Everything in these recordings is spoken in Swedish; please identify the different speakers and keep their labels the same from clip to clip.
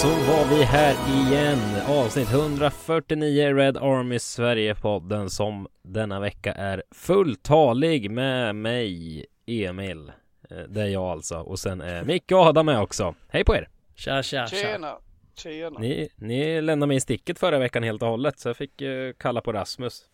Speaker 1: Så var vi här igen, avsnitt 149 Red Army Sverige-podden som denna vecka är fulltalig med mig, Emil. Det är jag alltså, och sen är Micke och Adam med också. Hej på er!
Speaker 2: Tjena.
Speaker 1: Ni lämnade mig i sticket förra veckan helt och hållet, så jag fick kalla på Rasmus.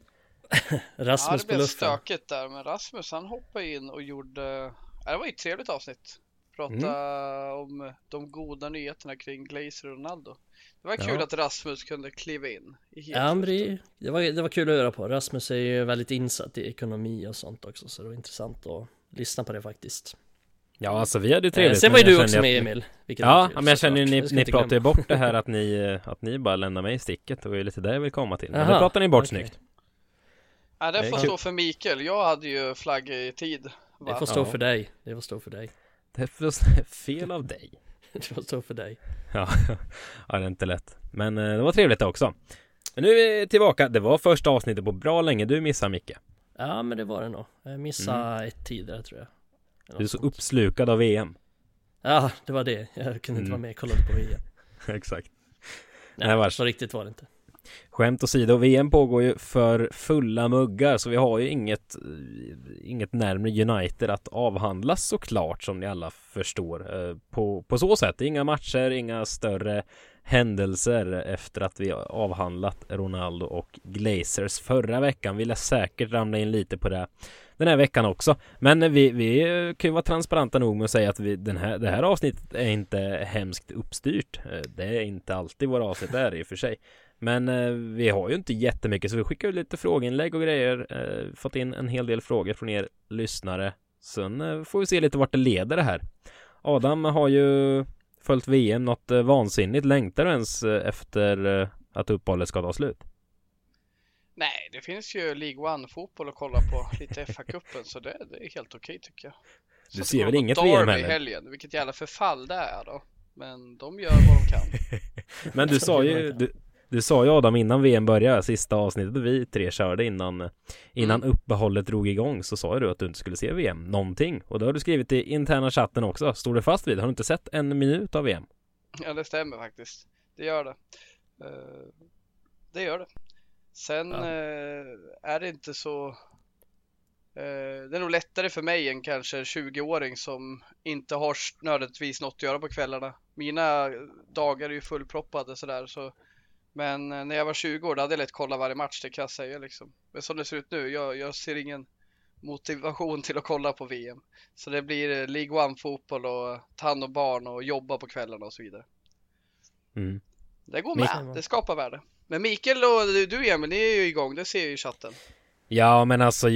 Speaker 2: Rasmus det blev stökigt där, men Rasmus han hoppade in och gjorde... det var ett trevligt avsnitt. Prata om de goda nyheterna kring Glazer och Ronaldo. Det var kul att Rasmus kunde kliva in i
Speaker 3: det var kul att höra på. Rasmus är ju väldigt insatt i ekonomi och sånt också, så det var intressant att lyssna på det faktiskt.
Speaker 1: Ja, alltså vi hade ju trevligt.
Speaker 3: Sen var ju du också med, Emil.
Speaker 1: Ja, men jag känner ju ni pratar ju bort det här att ni bara lämnar mig i sticket. Det var ju lite där jag vill komma till. Men det pratar ni bort snyggt.
Speaker 2: Ja, det får stå för Mikael. Jag hade ju flagg i tid.
Speaker 3: Va? Det får stå för dig. Det får stå för dig.
Speaker 1: Det är fel av dig.
Speaker 3: Det får stå för dig.
Speaker 1: Ja, det är inte lätt. Men det var trevligt också. Men nu är vi tillbaka. Det var första avsnittet på bra länge. Du missade Micke.
Speaker 3: Ja, men det var det nog. Jag missade ett tidigare, tror jag.
Speaker 1: Du är så uppslukad av VM.
Speaker 3: Ja, det var det. Jag kunde inte vara med och kolla på VM.
Speaker 1: Exakt.
Speaker 3: Nej, så riktigt var det inte.
Speaker 1: Skämt åsido, VM pågår ju för fulla muggar, så vi har ju inget närmare United att avhandlas såklart, som ni alla förstår. På så sätt, inga matcher, inga större händelser efter att vi avhandlat Ronaldo och Glazers förra veckan. Vi lär säkert ramla in lite på det den här veckan också. Men vi kan ju vara transparenta nog med att säga att det här avsnittet är inte hemskt uppstyrt. Det är inte alltid våra avsnitt är i och för sig. Men vi har ju inte jättemycket, så vi skickar ju lite frågeinlägg och grejer. Fått in en hel del frågor från er lyssnare. Sen får vi se lite vart det leder det här. Adam har ju följt VM något vansinnigt. Längtar du ens efter att uppehållet ska ta slut?
Speaker 2: Nej, det finns ju League One-fotboll att kolla på, lite FA-cupen, så det är helt okej tycker jag.
Speaker 1: Du ser väl inget VM heller?
Speaker 2: Helgen, vilket jävla förfall det är då. Men de gör vad de kan.
Speaker 1: Men du sa ju Adam innan VM började, sista avsnittet vi tre körde innan uppehållet drog igång, så sa du att du inte skulle se VM någonting. Och då har du skrivit i interna chatten också. Står du fast vid? Har du inte sett en minut av VM?
Speaker 2: Ja, det stämmer faktiskt. Det gör det. Det gör det. Sen är det inte så... det är nog lättare för mig än kanske en 20-åring som inte har nödvändigtvis något att göra på kvällarna. Mina dagar är ju fullproppade sådär, så... Men när jag var 20 år, då hade jag lätt kolla varje match, det kan jag säga liksom. Men som det ser ut nu, jag ser ingen motivation till att kolla på VM. Så det blir League One-fotboll och ta hand om barn och jobba på kvällarna och så vidare. Det går med, det skapar värde. Men Mikael och du Emil, ni är ju igång, det ser jag i chatten.
Speaker 1: Ja, men alltså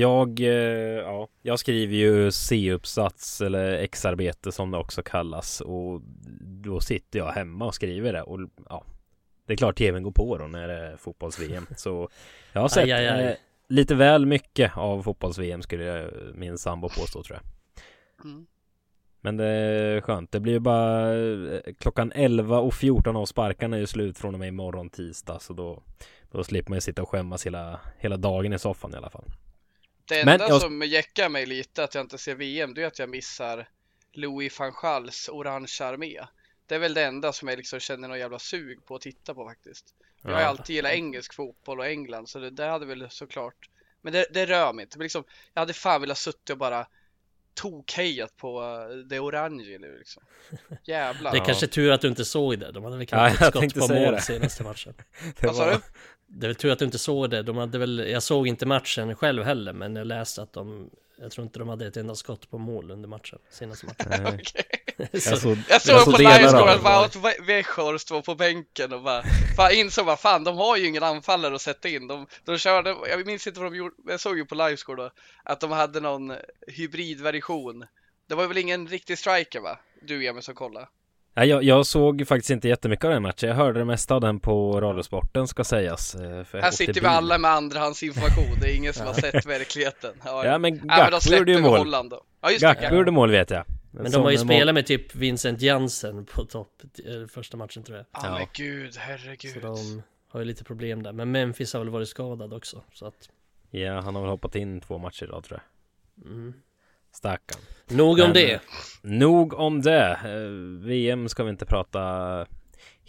Speaker 1: jag skriver ju C-uppsats eller X-arbete som det också kallas. Och då sitter jag hemma och skriver det. Och ja, det är klart tvn går på då när det är fotbolls-VM. Så jag har sett lite väl mycket av fotbolls-VM, skulle min sambo påstå, tror jag. Men det är skönt. Det blir ju bara klockan 11:14 av sparkarna är ju slut från och med imorgon tisdag. Så då slipper man ju sitta och skämmas hela dagen i soffan i alla fall.
Speaker 2: Det enda som jäckar mig lite att jag inte ser VM, det är att jag missar Louis van Gaals orange armé. Det är väl det enda som jag liksom känner någon jävla sug på att titta på faktiskt. Jag har alltid gillat engelsk fotboll och England, så det hade väl såklart. Men det rör mig inte. Men liksom, jag hade fan velat suttit och bara tokhejat på det orange nu liksom. Jävlar.
Speaker 3: Det är kanske tur att du inte såg det. De hade väl kanske skott på mål senaste matchen.
Speaker 2: Vad sa du?
Speaker 3: Det är väl tur att du inte såg det. Jag såg inte matchen själv heller, men jag läste att jag tror inte de hade ett enda skott på mål under matchen, senaste matchen.
Speaker 2: Okay.
Speaker 1: Jag
Speaker 2: såg på livescore att Wout Weghorst stod på bänken och bara insåg fan, de har ju ingen anfallare att sätta in. De körde, jag minns inte vad de gjorde, jag såg ju på livescore då att de hade någon hybridversion. Det var väl ingen riktig striker, va? Du Emil som kolla.
Speaker 1: Ja, jag såg faktiskt inte jättemycket av den matchen. Jag hörde det mesta av den på Radiosporten, ska sägas.
Speaker 2: Här sitter vi alla med andrahandsinformation. Det är ingen som har sett verkligheten.
Speaker 1: Ja, men Gakpo gjorde ju mål. Gakpo gjorde mål, vet jag.
Speaker 3: Men de har ju spelat med typ Vincent Janssen på topp första matchen, tror jag.
Speaker 2: Ja, men gud, herregud.
Speaker 3: Så de har ju lite problem där. Men Memphis har väl varit skadad också, så att...
Speaker 1: Ja, han har väl hoppat in 2 matcher idag, tror jag. Stackarn.
Speaker 3: Nog om det.
Speaker 1: Nog om det. VM ska vi inte prata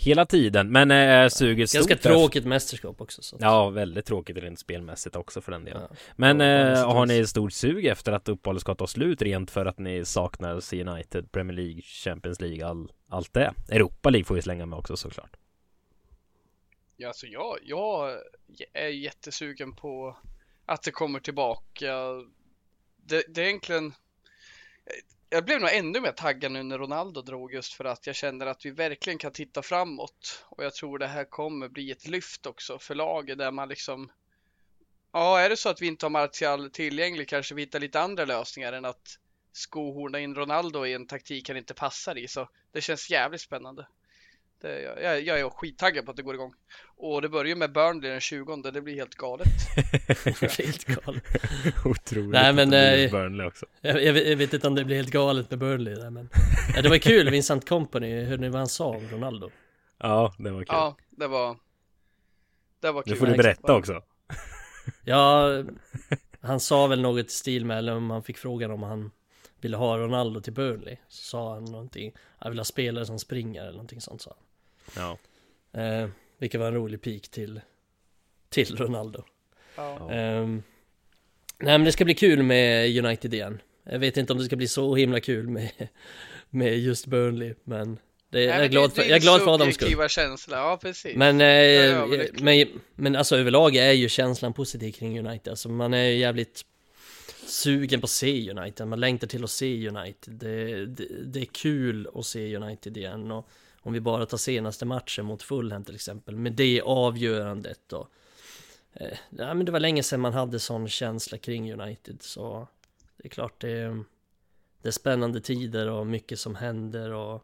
Speaker 1: hela tiden. Men suget stort.
Speaker 3: Ganska tråkigt mästerskap också. Så.
Speaker 1: Ja, väldigt tråkigt rent spelmässigt också för den delen.
Speaker 3: Ja.
Speaker 1: Men har ni stort sug efter att uppehållet ska ta slut rent för att ni saknar C United, Premier League, Champions League, allt det? Europa League får vi slänga med också såklart.
Speaker 2: Ja, alltså jag är jättesugen på att det kommer tillbaka. Det är egentligen... Jag blev nog ännu mer taggad nu när Ronaldo drog, just för att jag känner att vi verkligen kan titta framåt. Och jag tror det här kommer bli ett lyft också för laget där man liksom... Ja, är det så att vi inte har Martial tillgänglig kanske vi hittar lite andra lösningar än att skohorna in Ronaldo i en taktik han inte passar i. Så det känns jävligt spännande. Jag är skittaggad på att det går igång. Och det börjar med Burnley den 20:e. Det blir helt galet.
Speaker 3: Helt galet.
Speaker 1: Otroligt.
Speaker 3: Nej, men
Speaker 1: Burnley också.
Speaker 3: Jag vet inte om det blir helt galet med Burnley där, men det var kul. Vincent Kompany, hörde ni vad han sa om Ronaldo?
Speaker 1: Ja, det var kul.
Speaker 2: Ja, det var kul.
Speaker 1: Nu får du berätta också.
Speaker 3: Ja, han sa väl något i stil med, eller om han fick frågan om han ville ha Ronaldo till Burnley, så sa han någonting, jag vill ha spelare som springer eller någonting sånt, sa han.
Speaker 1: Ja.
Speaker 3: Vilket var en rolig pik till Ronaldo.
Speaker 2: Ja.
Speaker 3: Nej, men det ska bli kul med United igen. Jag vet inte om det ska bli så himla kul med just Burnley, men jag är glad för Adams skull.
Speaker 2: Känsla. Ja, precis.
Speaker 3: Men alltså överlag är ju känslan positiv kring United. Alltså man är jävligt sugen på att se United. Man längtar till att se United. Det är kul att se United igen. Och om vi bara tar senaste matchen mot Fulham till exempel, med det avgörandet och men det var länge sedan man hade sån känsla kring United, så det är klart det är spännande tider och mycket som händer och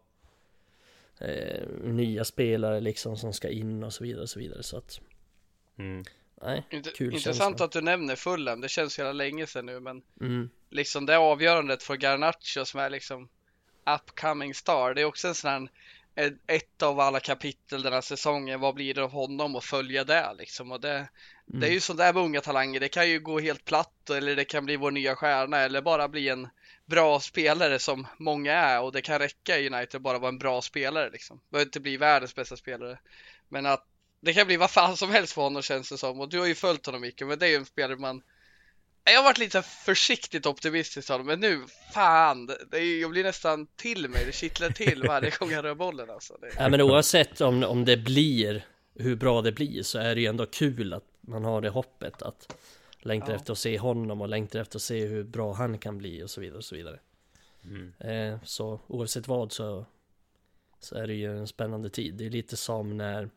Speaker 3: nya spelare liksom som ska in och så vidare, så att nej, kul
Speaker 2: intressant känsla. Att du nämner Fulham, det känns hela länge sedan nu, men liksom det avgörandet för Garnacho som är liksom upcoming star, det är också en sån här, ett av alla kapitel den här säsongen. Vad blir det av honom och följa det liksom? Och det är ju sånt där med unga talanger. Det kan ju gå helt platt, eller det kan bli vår nya stjärna, eller bara bli en bra spelare som många är. Och det kan räcka i United bara vara en bra spelare liksom. Behöver inte bli världens bästa spelare, men att det kan bli vad fan som helst för honom, känns det som. Och du har ju följt honom mycket, men det är ju en spelare jag har varit lite försiktigt optimistisk av, men nu, fan, jag blir nästan till mig, det kittlar till varje gång jag rör bollen alltså.
Speaker 3: Ja, men oavsett om det blir hur bra det blir, så är det ju ändå kul att man har det hoppet att längta efter att se honom och längta efter att se hur bra han kan bli och så vidare och så vidare. Så oavsett vad så är det ju en spännande tid. Det är lite som när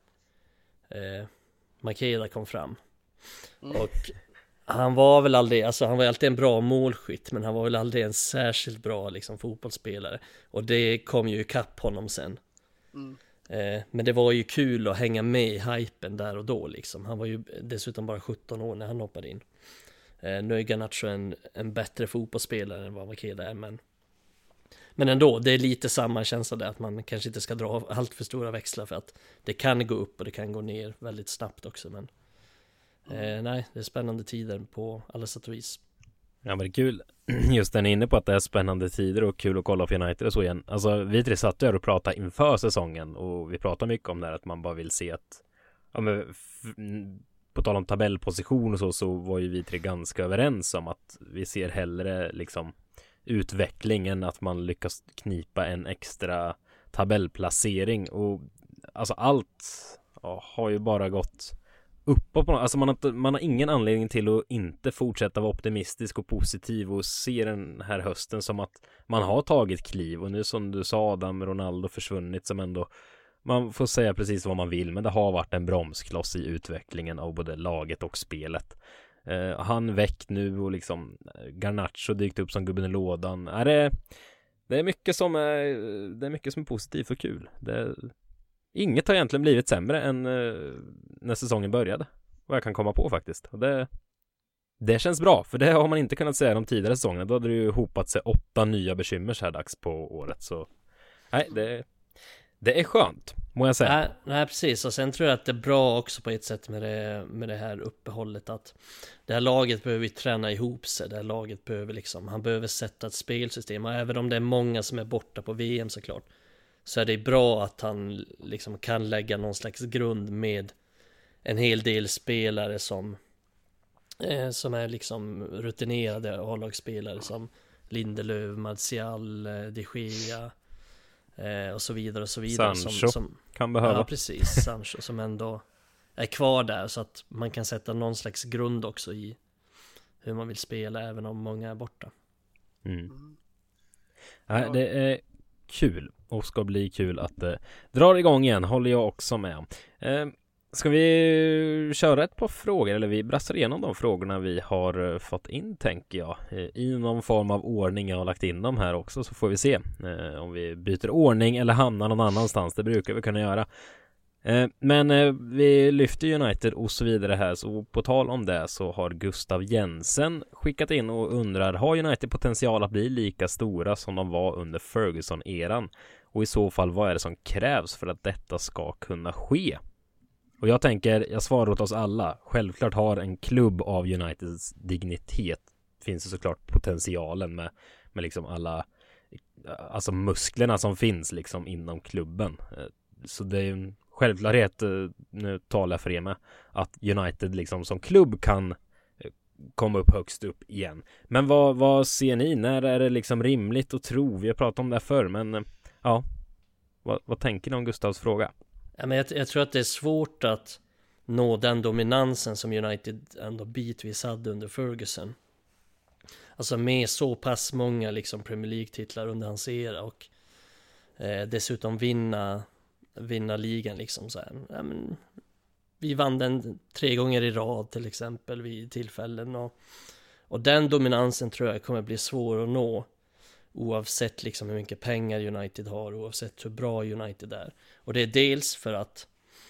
Speaker 3: Makeda kom fram och han var väl aldrig, alltså han var alltid en bra målskytt, men han var väl aldrig en särskilt bra liksom fotbollsspelare, och det kom ju ikapp honom sen. Men det var ju kul att hänga med i hypen där och då liksom. Han var ju dessutom bara 17 år när han hoppade in. Nu är Garnacho en bättre fotbollsspelare än vad Makeda är, men ändå, det är lite samma känsla där, att man kanske inte ska dra allt för stora växlar, för att det kan gå upp och det kan gå ner väldigt snabbt också, men nej, det är spännande tider på alla sätt och vis.
Speaker 1: Ja, men det är kul. Just den är inne på att det är spännande tider och kul att kolla på United och så igen. Alltså vi tre satt och pratade inför säsongen, och vi pratade mycket om det här, att man bara vill se att på tal om tabellposition och så var ju vi tre ganska överens om att vi ser hellre liksom utvecklingen, att man lyckas knipa en extra tabellplacering, och alltså allt har ju bara gått uppåt. Alltså man har ingen anledning till att inte fortsätta vara optimistisk och positiv och se den här hösten som att man har tagit kliv. Och nu som du sa Adam, Ronaldo försvunnit, som ändå, man får säga precis vad man vill, men det har varit en bromskloss i utvecklingen av både laget och spelet. Han väckt nu, och liksom Garnacho dykt upp som gubben i lådan. Det är mycket som är positivt och kul. Inget har egentligen blivit sämre än när säsongen började, vad jag kan komma på faktiskt. Och det känns bra, för det har man inte kunnat säga de tidigare säsongerna. Då hade det ju hopat sig 8 nya bekymmer så här dags på året. Så nej, det är skönt, må jag säga.
Speaker 3: Nej, precis. Och sen tror jag att det är bra också på ett sätt med det här uppehållet, att det här laget behöver träna ihop sig. Det här laget behöver han behöver sätta ett spelsystem. Och även om det är många som är borta på VM såklart, så är det bra att han liksom kan lägga någon slags grund med en hel del spelare som är liksom rutinerade A-lagsspelare som Lindelöf, Martial, De Gea och så vidare och så vidare.
Speaker 1: Sancho
Speaker 3: som
Speaker 1: kan behöva.
Speaker 3: Ja, precis. Sancho som ändå är kvar där, så att man kan sätta någon slags grund också i hur man vill spela även om många är borta.
Speaker 1: Ja, det är kul och ska bli kul att dra igång igen, håller jag också med om. Ska vi köra ett par frågor, eller vi brassar igenom de frågorna vi har fått in, tänker jag, i någon form av ordning. Jag har lagt in dem här också, så får vi se om vi byter ordning eller hamnar någon annanstans. Det brukar vi kunna göra. Men vi lyfter United och så vidare här, så på tal om det så har Gustav Jensen skickat in och undrar: har United potential att bli lika stora som de var under Ferguson-eran? Och i så fall, vad är det som krävs för att detta ska kunna ske? Och jag tänker, jag svarar åt oss alla. Självklart har en klubb av Uniteds dignitet, finns det såklart potentialen med liksom alla, alltså musklerna som finns liksom inom klubben. Så det är ju en självklarhet, nu talar jag för er med, att United liksom som klubb kan komma upp högst upp igen. Men vad ser ni? När är det liksom rimligt att tro? Vi har pratat om det förr, men ja, vad tänker ni om Gustavs fråga?
Speaker 3: Ja, men jag tror att det är svårt att nå den dominansen som United ändå bitvis hade under Ferguson. Alltså med så pass många liksom Premier League-titlar under hans era och dessutom vinna ligan liksom så här. Ja, men vi vann den 3 gånger i rad till exempel vid tillfällen, och den dominansen tror jag kommer bli svår att nå oavsett liksom hur mycket pengar United har, oavsett hur bra United är. Och det är dels för att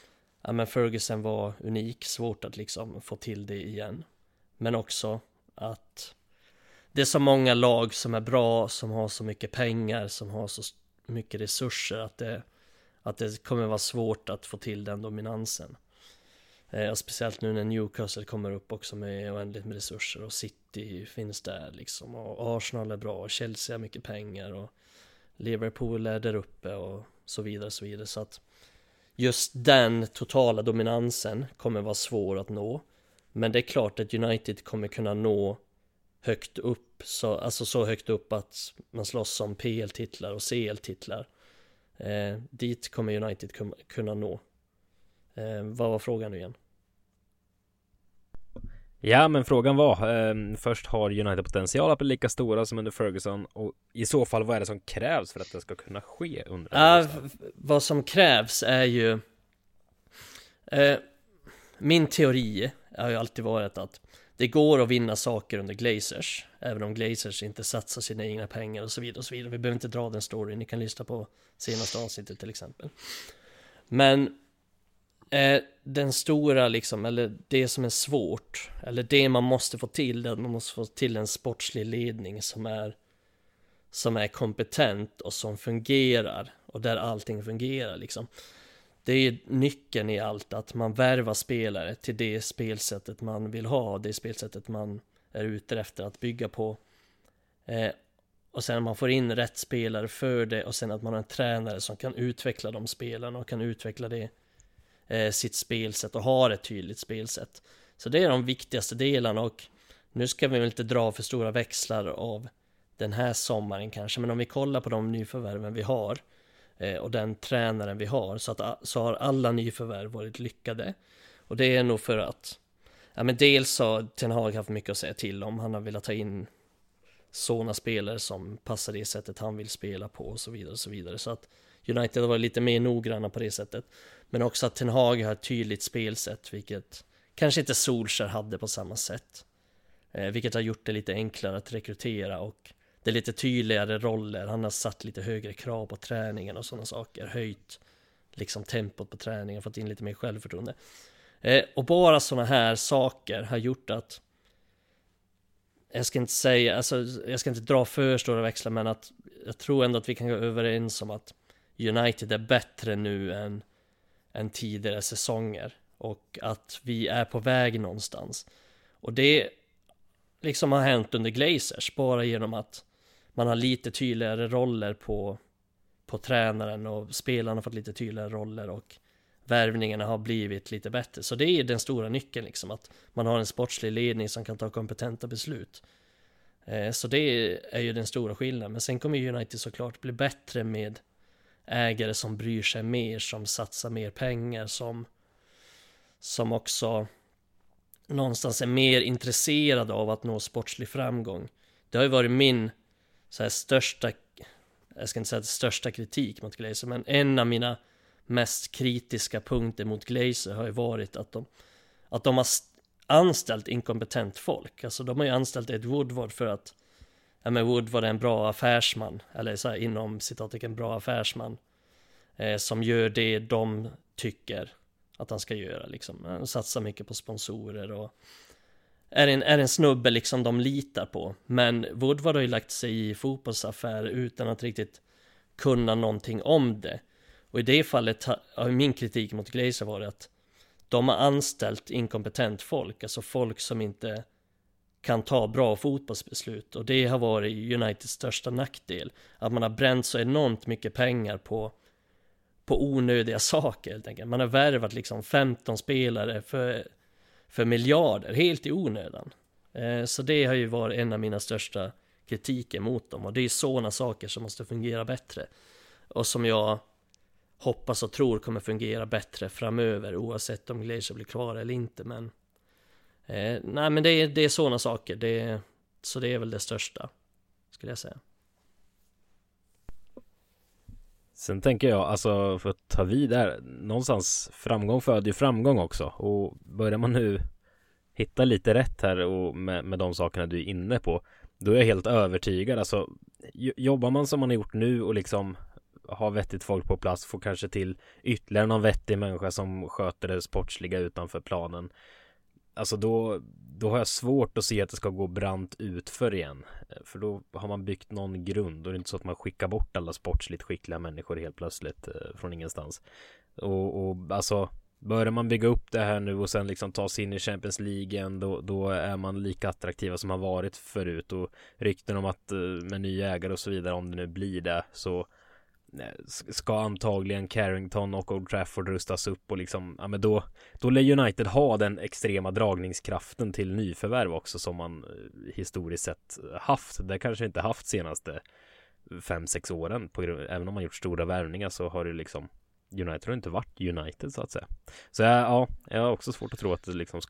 Speaker 3: Ferguson var unik, svårt att liksom få till det igen, men också att det är så många lag som är bra, som har så mycket pengar, som har så mycket resurser att det kommer vara svårt att få till den dominansen. Och speciellt nu när Newcastle kommer upp också med oändligt med resurser, och City finns där liksom, och Arsenal är bra, och Chelsea har mycket pengar, och Liverpool är där uppe och så vidare, så vidare. Så att just den totala dominansen kommer vara svår att nå. Men det är klart att United kommer kunna nå högt upp, så högt upp att man slåss om PL-titlar och CL-titlar. Dit kommer United kunna nå. Vad var frågan nu igen?
Speaker 1: Ja, men frågan var först, har United potential att bli lika stora som under Ferguson, och i så fall vad är det som krävs för att det ska kunna ske under
Speaker 3: vad som krävs är ju min teori har ju alltid varit att det går att vinna saker under Glazers, även om Glazers inte satsar sina egna pengar och så vidare och så vidare. Vi behöver inte dra den storyn, ni kan lyssna på senaste avsnittet till exempel. Men den stora liksom, eller det som är svårt, eller det man måste få till, det är att man måste få till en sportslig ledning som är kompetent och som fungerar, och där allting fungerar liksom. Det är nyckeln i allt, att man värvar spelare till det spelsättet man vill ha, det spelsättet man är ute efter att bygga på, och sen man får in rätt spelare för det, och sen att man har en tränare som kan utveckla de spelarna och kan utveckla det sitt spelsätt och har ett tydligt spelsätt. Så det är de viktigaste delarna, och nu ska vi väl inte dra för stora växlar av den här sommaren kanske, men om vi kollar på de nyförvärven vi har och den tränaren vi har, så har alla nyförvärv varit lyckade. Och det är nog för att dels har Ten Hag haft mycket att säga till om. Han har velat ta in sådana spelare som passar det sättet han vill spela på och så vidare och så vidare. Så att United har varit lite mer noggranna på det sättet. Men också att Ten Hag har ett tydligt spelsätt, vilket kanske inte Solskjaer hade på samma sätt. Vilket har gjort det lite enklare att rekrytera, och det är lite tydligare roller. Han har satt lite högre krav på träningen och sådana saker. Höjt liksom tempot på träningen, fått in lite mer självförtroende. Och bara sådana här saker har gjort att jag ska inte dra för stora växlar, men att jag tror ändå att vi kan gå överens om att United är bättre nu än tidigare säsonger, och att vi är på väg någonstans. Och det liksom har hänt under Glazers, bara genom att man har lite tydligare roller på på tränaren och spelarna har fått lite tydligare roller och värvningarna har blivit lite bättre. Så det är den stora nyckeln liksom, att man har en sportslig ledning som kan ta kompetenta beslut. Så det är ju den stora skillnaden. Men sen kommer United såklart bli bättre med ägare som bryr sig mer, som satsar mer pengar, som också någonstans är mer intresserade av att nå sportslig framgång. Det har ju varit min så här största, jag ska inte säga största kritik mot Glazer, men en av mina mest kritiska punkter mot Glazer har ju varit att de har anställt inkompetent folk. Alltså de har ju anställt Ed Woodward för att Woodward är en bra affärsman, eller så här, inom citat en bra affärsman som gör det de tycker att han ska göra liksom. Han satsar mycket på sponsorer och är en snubbe liksom de litar på. Men Woodward har ju lagt sig i fotbollsaffärer utan att riktigt kunna någonting om det. Och i det fallet har min kritik mot Glazer varit att de har anställt inkompetent folk, alltså folk som inte kan ta bra fotbollsbeslut. Och det har varit Uniteds största nackdel. Att man har bränt så enormt mycket pengar på onödiga saker helt enkelt. Man har värvat liksom 15 spelare för miljarder, helt i onödan. Så det har ju varit en av mina största kritiker mot dem. Och det är sådana saker som måste fungera bättre. Och som jag hoppas och tror kommer fungera bättre framöver, oavsett om Glazer blir kvar eller inte. Men nej, men det är sådana saker. Så det är väl det största, skulle jag säga.
Speaker 1: Sen tänker jag, alltså för att ta vid där, någonstans framgång föder ju framgång också. Och börjar man nu hitta lite rätt här och med de sakerna du är inne på, då är jag helt övertygad. Alltså jobbar man som man har gjort nu och liksom har vettigt folk på plats, får kanske till ytterligare någon vettig människa som sköter det sportsliga utanför planen. Alltså då har jag svårt att se att det ska gå brant ut för igen. För då har man byggt någon grund och det är inte så att man skickar bort alla sportsligt skickliga människor helt plötsligt från ingenstans. Och alltså börjar man bygga upp det här nu och sen liksom ta sig in i Champions League igen, då är man lika attraktiva som har varit förut. Och rykten om att med nya ägare och så vidare, om det nu blir det, så ska antagligen Carrington och Old Trafford rustas upp och liksom, ja men då lär United ha den extrema dragningskraften till nyförvärv också som man historiskt sett haft. Det kanske inte haft senaste 5-6 åren även om man gjort stora värvningar, så har det liksom United har inte varit United så att säga. Så jag har också svårt att tro att det liksom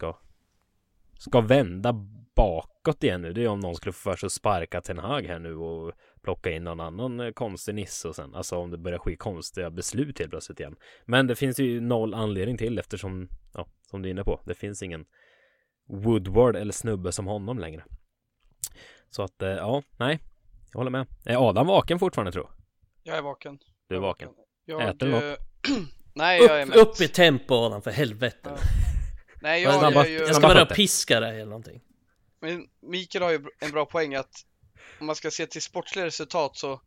Speaker 1: ska vända bakåt igen nu. Det är om någon skulle få för sig att sparka Ten Hag här nu och plocka in någon annan konstig nisse och sen, alltså om det börjar ske konstiga beslut helt plötsligt igen. Men det finns ju noll anledning till, eftersom, ja, som du är inne på, det finns ingen Woodward eller snubbe som honom längre. Så att, ja, nej, jag håller med. Är Adam vaken fortfarande, tror jag?
Speaker 2: Jag är vaken.
Speaker 1: Du är vaken.
Speaker 2: Äter
Speaker 1: du något?
Speaker 2: Nej, jag är mätt.
Speaker 3: Upp i tempo, Adam, för helvete.
Speaker 2: Ja. Nej,
Speaker 3: jag ska bara piska dig eller någonting.
Speaker 2: Men Mikael har ju en bra poäng att om man ska se till sportsliga resultat så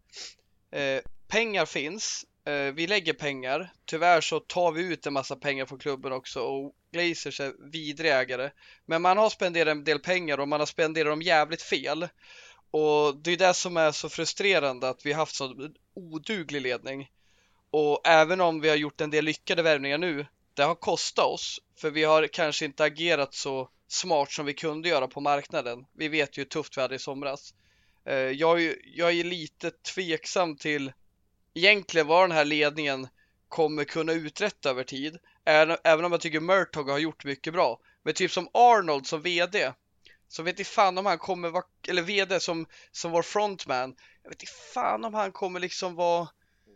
Speaker 2: pengar finns, vi lägger pengar, tyvärr så tar vi ut en massa pengar från klubben också och Glazers är vidriga ägare, men man har spenderat en del pengar och man har spenderat dem jävligt fel, och det är det som är så frustrerande, att vi har haft så oduglig ledning. Och även om vi har gjort en del lyckade värvningar nu, det har kostat oss, för vi har kanske inte agerat så smart som vi kunde göra på marknaden. Vi vet ju hur tufft vi hade i somras. Jag är lite tveksam till egentligen vad den här ledningen kommer kunna uträtta över tid. Även om jag tycker Murtog har gjort mycket bra. Men typ som Arnold som vd, så vet jag fan om han kommer vara, eller vd som var frontman, jag vet inte fan om han kommer liksom vara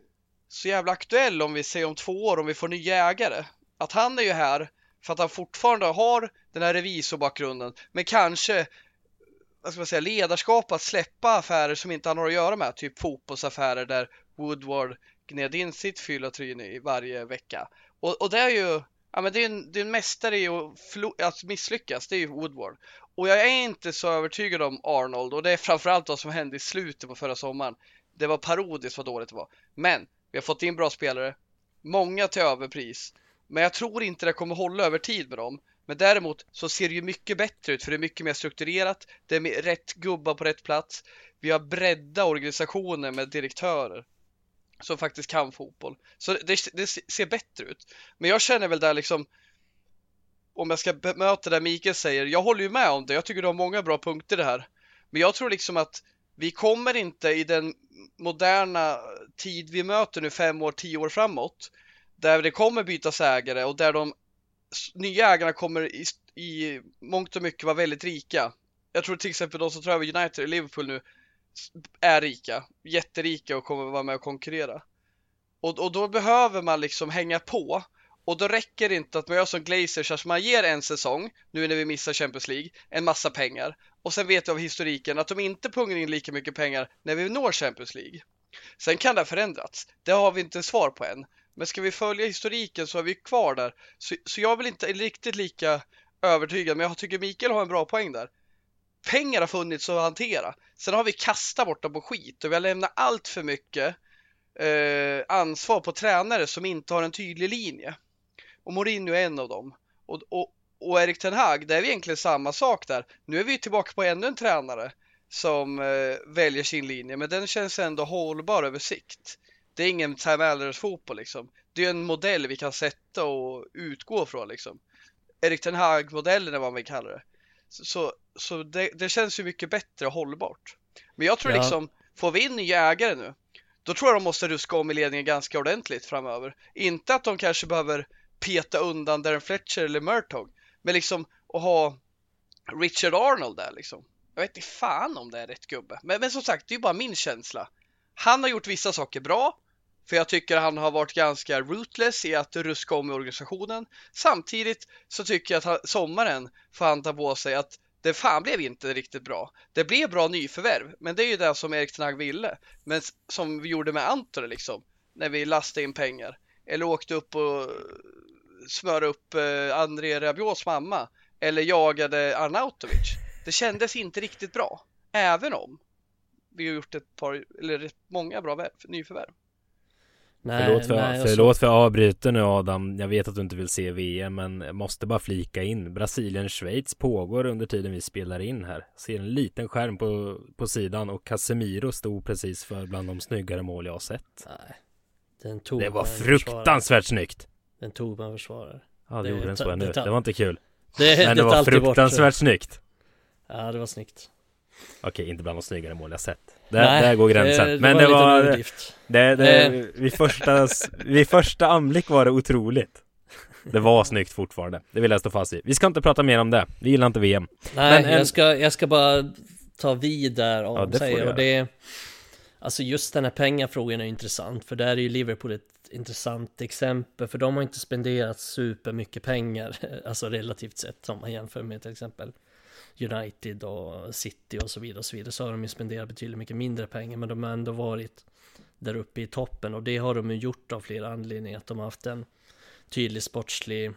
Speaker 2: så jävla aktuell om vi ser om 2 år, om vi får nya ägare. Att han är ju här för att han fortfarande har den här revisorbakgrunden, men kanske, vad ska man säga, ledarskap att släppa affärer som inte han har att göra med, typ fotbollsaffärer där Woodward gned in sitt fyllatryne i varje vecka. Och det är ju, ja, men det är en mästare i att misslyckas, det är ju Woodward. Och jag är inte så övertygad om Arnold, och det är framförallt vad som hände i slutet på förra sommaren. Det var parodiskt vad dåligt det var. Men vi har fått in bra spelare, många till överpris, men jag tror inte det kommer hålla över tid med dem. Men däremot så ser det ju mycket bättre ut, för det är mycket mer strukturerat, det är rätt gubbar på rätt plats, vi har bredda organisationer med direktörer. som faktiskt kan fotboll. Så det ser bättre ut. Men jag känner väl där liksom, om jag ska bemöta det Mikael säger, jag håller ju med om det. Jag tycker du har många bra punkter det här. Men jag tror liksom att vi kommer inte i den moderna tid vi möter nu 5 år, 10 år framåt, där det kommer bytas ägare och där de nya ägarna kommer i mångt och mycket vara väldigt rika. Jag tror till exempel de som tar över United och Liverpool nu är rika, jätterika och kommer vara med och konkurrera. Och då behöver man liksom hänga på. Och då räcker det inte att man gör som Glazers, att man ger en säsong, nu när vi missar Champions League, en massa pengar. Och sen vet vi av historiken att de inte pungar in lika mycket pengar när vi når Champions League. Sen kan det ha förändrats. Det har vi inte svar på än. Men ska vi följa historiken så är vi kvar där. Så jag är väl inte riktigt lika övertygad, men jag tycker Mikael har en bra poäng där. Pengar har funnits att hantera. Sen har vi kastat bort dem på skit och vi har lämnat allt för mycket ansvar på tränare som inte har en tydlig linje. Och Mourinho är en av dem. Och Erik Ten Hag, det är egentligen samma sak där. Nu är vi tillbaka på ännu en tränare som väljer sin linje, men den känns ändå hållbar över sikt. Det är ingen Sam Allardyce fotboll liksom. Det är en modell vi kan sätta och utgå från liksom. Erik Ten Hag-modellen är vad man kallar det. Så det känns ju mycket bättre och hållbart. Men jag tror liksom, får vi in nya ägare nu, då tror jag de måste ruska om i ledningen ganska ordentligt framöver. Inte att de kanske behöver peta undan Darren Fletcher eller Murtog, men liksom att ha Richard Arnold där liksom. Jag vet inte fan om det är rätt gubbe. Men som sagt, det är ju bara min känsla. Han har gjort vissa saker bra, för jag tycker han har varit ganska ruthless i att ruska om i organisationen. Samtidigt så tycker jag att sommaren får han ta på sig att det fan blev inte riktigt bra. Det blev bra nyförvärv, men det är ju det som Erik Ten Hag ville. Men som vi gjorde med Antore liksom, när vi lastade in pengar. Eller åkte upp och smörde upp André Rabios mamma. Eller jagade Arnautovic. Det kändes inte riktigt bra. Även om vi har gjort ett par, eller många bra nyförvärv.
Speaker 1: Förlåt för att avbryta nu Adam. Jag vet att du inte vill se VM, men jag måste bara flika in. Brasilien-Schweiz pågår under tiden vi spelar in här. Ser en liten skärm på sidan och Casemiro stod precis för bland de snyggare mål jag har sett.
Speaker 3: Nej,
Speaker 1: det var fruktansvärt snyggt.
Speaker 3: Den tog man försvarare.
Speaker 1: Ja, det gjorde den så nu. Det var inte kul.
Speaker 3: Men
Speaker 1: det var fruktansvärt snyggt.
Speaker 3: Ja, det var snyggt.
Speaker 1: Okej, inte bland de snyggare mål jag sett. Där går gränsen. Men vid första anblick var det otroligt. Det var snyggt fortfarande. Det vill jag stå fast i. Vi ska inte prata mer om det. Vi gillar inte VM.
Speaker 3: Nej, men jag ska bara ta vid där och säga. Och det, alltså just den här pengafrågan är intressant. För där är ju Liverpool ett intressant exempel. För de har inte spenderat super mycket pengar. Alltså relativt sett, om man jämför med till exempel United och City och så vidare, så har de ju spenderat betydligt mycket mindre pengar, men de har ändå varit där uppe i toppen, och det har de ju gjort av flera anledningar. Att de har haft en tydlig sportslig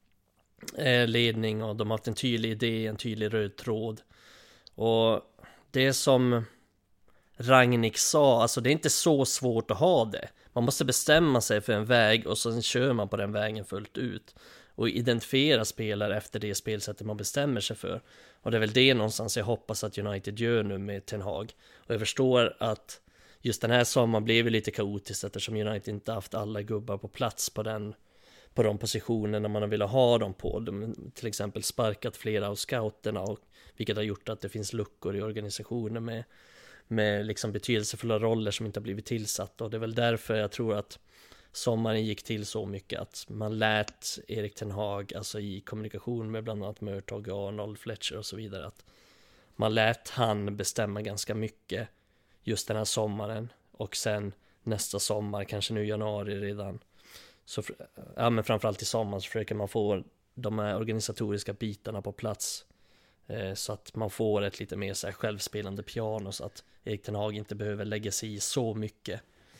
Speaker 3: ledning, och de har haft en tydlig idé, en tydlig röd tråd. Och det som Rangnick sa, alltså det är inte så svårt att ha det. Man måste bestämma sig för en väg och så kör man på den vägen fullt ut. Och identifiera spelare efter det spelsättet man bestämmer sig för. Och det är väl det någonstans jag hoppas att United gör nu med Ten Hag. Och jag förstår att just den här sommaren blev lite kaotiskt, eftersom United inte haft alla gubbar på plats på de positionerna man ville ha dem på. De till exempel sparkat flera av scouterna, och vilket har gjort att det finns luckor i organisationen med liksom betydelsefulla roller som inte har blivit tillsatta. Och det är väl därför jag tror att sommaren gick till så mycket att man lät Erik Ten Hag, alltså i kommunikation med bland annat Murtog, Arnold, Fletcher och så vidare, att man lät han bestämma ganska mycket just den här sommaren. Och sen nästa sommar, kanske nu i januari redan, så, ja, men framförallt i sommar, så försöker man få de här organisatoriska bitarna på plats, så att man får ett lite mer så här självspelande piano, så att Erik Ten Hag inte behöver lägga sig i så mycket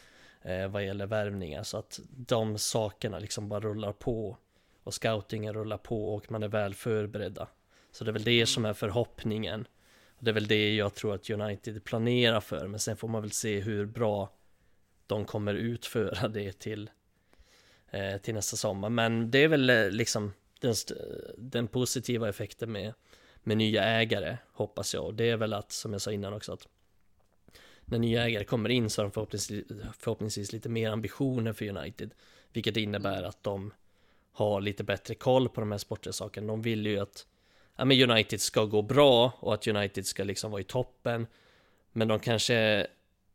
Speaker 3: vad gäller värvningar, så att de sakerna liksom bara rullar på och scoutingen rullar på och man är väl förberedda. Så det är väl det som är förhoppningen, och det är väl det jag tror att United planerar för. Men sen får man väl se hur bra de kommer utföra det till nästa sommar. Men det är väl liksom den positiva effekten med nya ägare, hoppas jag. Och det är väl att, som jag sa innan också, att när nya ägare kommer in så har de förhoppningsvis lite mer ambitioner för United, vilket innebär att de har lite bättre koll på de här sportliga sakerna. De vill ju att United ska gå bra och att United ska liksom vara i toppen, men de kanske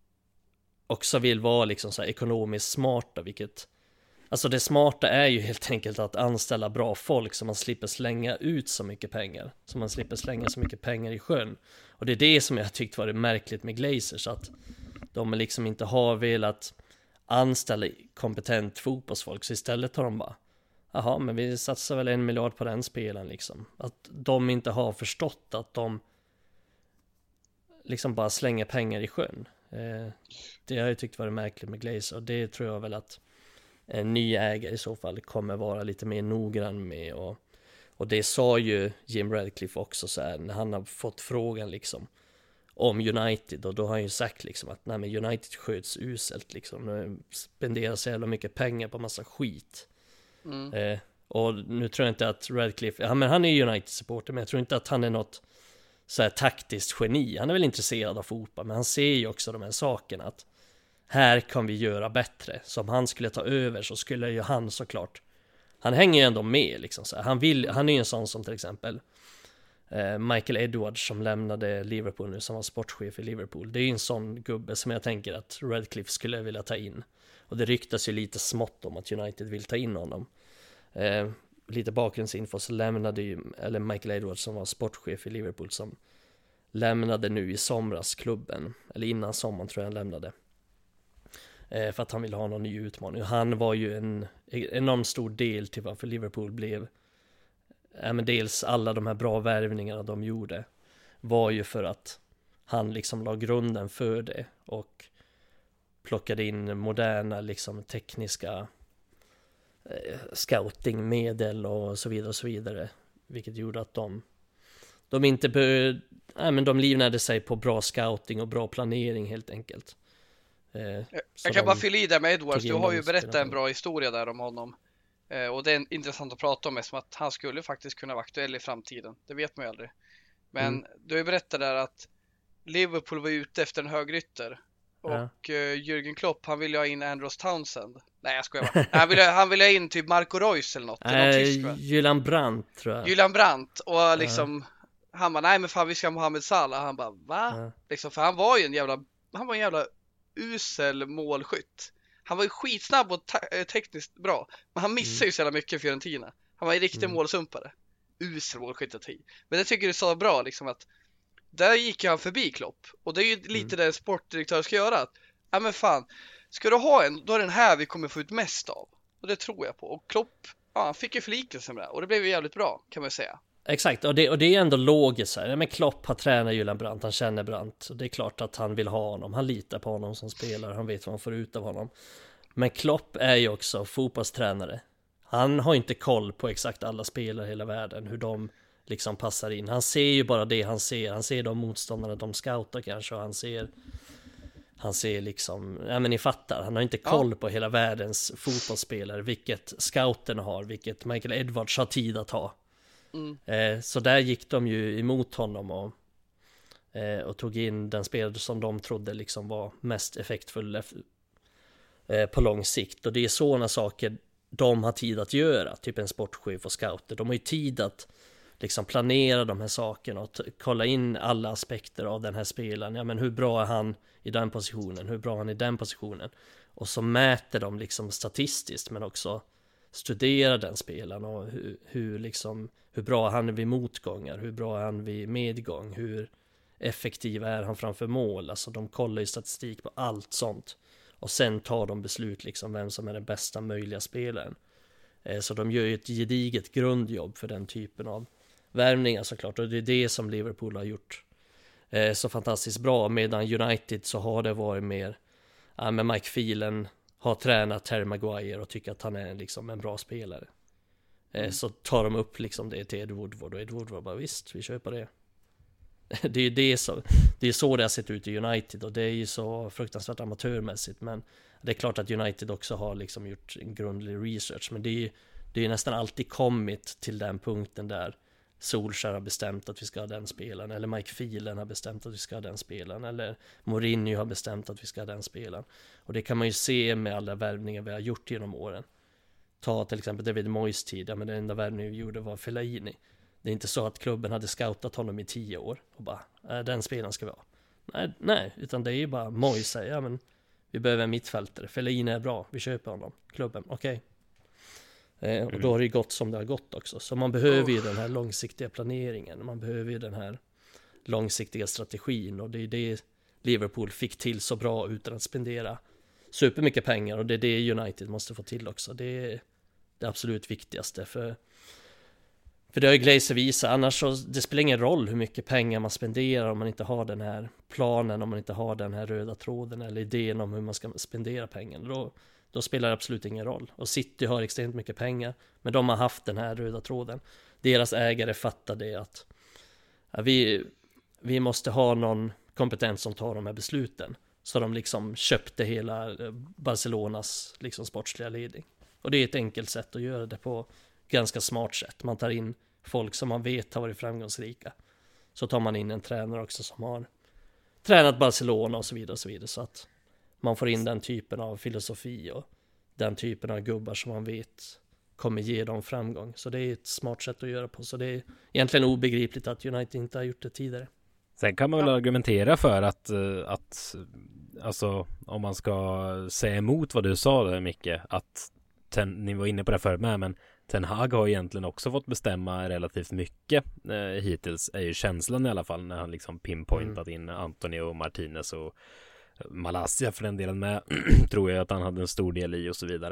Speaker 3: också vill vara liksom så här ekonomiskt smarta, vilket alltså det smarta är ju helt enkelt att anställa bra folk så man slipper slänga ut så mycket pengar, så man slipper slänga så mycket pengar i sjön. Och det är det som jag tyckt var märkligt med Glazers, att de liksom inte har velat anställa kompetent fotbollsfolk, så istället har de bara jaha, men vi satsar väl 1 miljard på den spelen liksom. Att de inte har förstått att de liksom bara slänger pengar i sjön. Det har jag tyckt var märkligt med Glazer, och det tror jag väl att en ny ägare i så fall kommer vara lite mer noggrann med. Och det sa ju Jim Radcliffe också så här, när han har fått frågan liksom om United, och då har han ju sagt liksom att nej, men United sköts uselt liksom, de spenderar så jävla mycket pengar på massa skit. Och nu tror jag inte att Radcliffe, men han är ju United-supporter, men jag tror inte att han är något så här taktiskt geni. Han är väl intresserad av fotboll, men han ser ju också de här sakerna, att här kan vi göra bättre. Så om han skulle ta över så skulle ju han såklart, han hänger ju ändå med liksom så här. Han är ju en sån som till exempel Michael Edwards som lämnade Liverpool nu, som var sportchef i Liverpool. Det är ju en sån gubbe som jag tänker att Radcliffe skulle vilja ta in. Och det ryktas ju lite smått om att United vill ta in honom. Lite bakgrundsinfo, så lämnade ju, eller Michael Edwards som var sportchef i Liverpool, som lämnade nu i somras klubben, eller innan sommaren tror jag han lämnade, för att han ville ha någon ny utmaning. Han var ju en enormt stor del till varför Liverpool blev, men dels alla de här bra värvningarna de gjorde var ju för att han liksom la grunden för det och plockade in moderna liksom tekniska scoutingmedel och så vidare, vilket gjorde att de inte men de livnade sig på bra scouting och bra planering helt enkelt.
Speaker 2: Jag kan bara fylla i där med Edwards, du har ju berättat en bra historia där om honom, och det är intressant att prata om, som att han skulle faktiskt kunna vara aktuell i framtiden, det vet man ju aldrig, men du har ju berättat där att Liverpool var ute efter en högrytter. Och Jürgen Klopp, han ville ha in Andros Townsend. Nej, jag skojar bara. Han ville ha in typ Marco Reus eller något.
Speaker 3: Julian Brandt tror jag.
Speaker 2: Julian Brandt. Och liksom han bara, nej men fan vi ska ha Mohamed Salah. Han bara, va? Liksom, för han var ju en jävla usel målskytt. Han var ju skitsnabb och tekniskt bra. Men han missade ju så jävla mycket i Fiorentina. Han var ju riktigt målsumpare. Usel målskytt. Men det tycker du så bra liksom, att där gick han förbi Klopp. Och det är ju lite det en sportdirektör ska göra. Ja men fan, ska du ha en, då är den här vi kommer få ut mest av. Och det tror jag på. Och Klopp, han fick ju förlikelse med det. Och det blev ju jävligt bra, kan man säga.
Speaker 3: Exakt, och det är ändå logiskt här. Men Klopp har tränat Julian Brandt, han känner Brandt. Och det är klart att han vill ha honom. Han litar på honom som spelare, han vet vad han får ut av honom. Men Klopp är ju också fotbollstränare. Han har inte koll på exakt alla spelare i hela världen, hur de liksom passar in. Han ser ju bara det han ser. Han ser de motståndarna de scoutar kanske, och han ser liksom, ja men ni fattar, han har inte koll på hela världens fotbollsspelare, vilket scouterna har, vilket Michael Edwards har tid att ha. Så där gick de ju emot honom och tog in den spelare som de trodde liksom var mest effektfull på lång sikt. Och det är sådana saker de har tid att göra, typ en sportchef och scouter. De har ju tid att liksom planera de här sakerna och kolla in alla aspekter av den här spelaren. Ja, men hur bra är han i den positionen? Hur bra är han i den positionen? Och så mäter de liksom statistiskt, men också studerar den spelaren och hur bra han är vid motgångar, hur bra är han vid medgång, hur effektiv är han framför mål. Alltså de kollar ju statistik på allt sånt. Och sen tar de beslut liksom vem som är den bästa möjliga spelaren. Så de gör ju ett gediget grundjobb för den typen av värvningar såklart. Och det är det som Liverpool har gjort så fantastiskt bra. Medan United så har det varit mer, med Mike Phelan har tränat Harry Maguire och tycker att han är liksom en bra spelare. Så tar de upp liksom det till Ed Woodward, och Ed Woodward bara visst, vi köper det. Det är så det har sett ut i United, och det är ju så fruktansvärt amatörmässigt, men det är klart att United också har liksom gjort en grundlig research, men det är nästan alltid kommit till den punkten där Solskjaer har bestämt att vi ska ha den spelaren, eller Mike Phelan har bestämt att vi ska ha den spelaren, eller Mourinho har bestämt att vi ska ha den spelaren. Och det kan man ju se med alla värvningar vi har gjort genom åren. Ta till exempel David Moyes tid, men den enda värvningen vi gjorde var Fellaini. Det är inte så att klubben hade scoutat honom i 10 år och bara, den spelaren ska vi ha. Nej, utan det är ju bara Moyes säger, men vi behöver en mittfältare, Fellaini är bra, vi köper honom, klubben, okej. Och då har det gått som det har gått också. Så man behöver ju den här långsiktiga planeringen, man behöver ju den här långsiktiga strategin, och det är det Liverpool fick till så bra utan att spendera supermycket pengar, och det är det United måste få till också. Det är det absolut viktigaste, för det har ju Glazer visat, annars så det spelar ingen roll hur mycket pengar man spenderar om man inte har den här planen, om man inte har den här röda tråden eller idén om hur man ska spendera pengarna. Då spelar det absolut ingen roll. Och City har extremt mycket pengar, men de har haft den här röda tråden. Deras ägare fattade att vi måste ha någon kompetens som tar de här besluten. Så de liksom köpte hela Barcelonas liksom sportsliga ledning. Och det är ett enkelt sätt att göra det på, ganska smart sätt. Man tar in folk som man vet har varit framgångsrika. Så tar man in en tränare också som har tränat Barcelona och så vidare och så vidare. Så att man får in den typen av filosofi och den typen av gubbar som man vet kommer ge dem framgång. Så det är ett smart sätt att göra på. Så det är egentligen obegripligt att United inte har gjort det tidigare.
Speaker 1: Sen kan man väl argumentera för att alltså om man ska säga emot vad du sa där, Micke, att ni var inne på det förut med, men Ten Hag har egentligen också fått bestämma relativt mycket hittills, är ju känslan i alla fall, när han liksom pinpointat in Antonio Martinez och Malaysia för den delen med tror jag att han hade en stor del i och så vidare.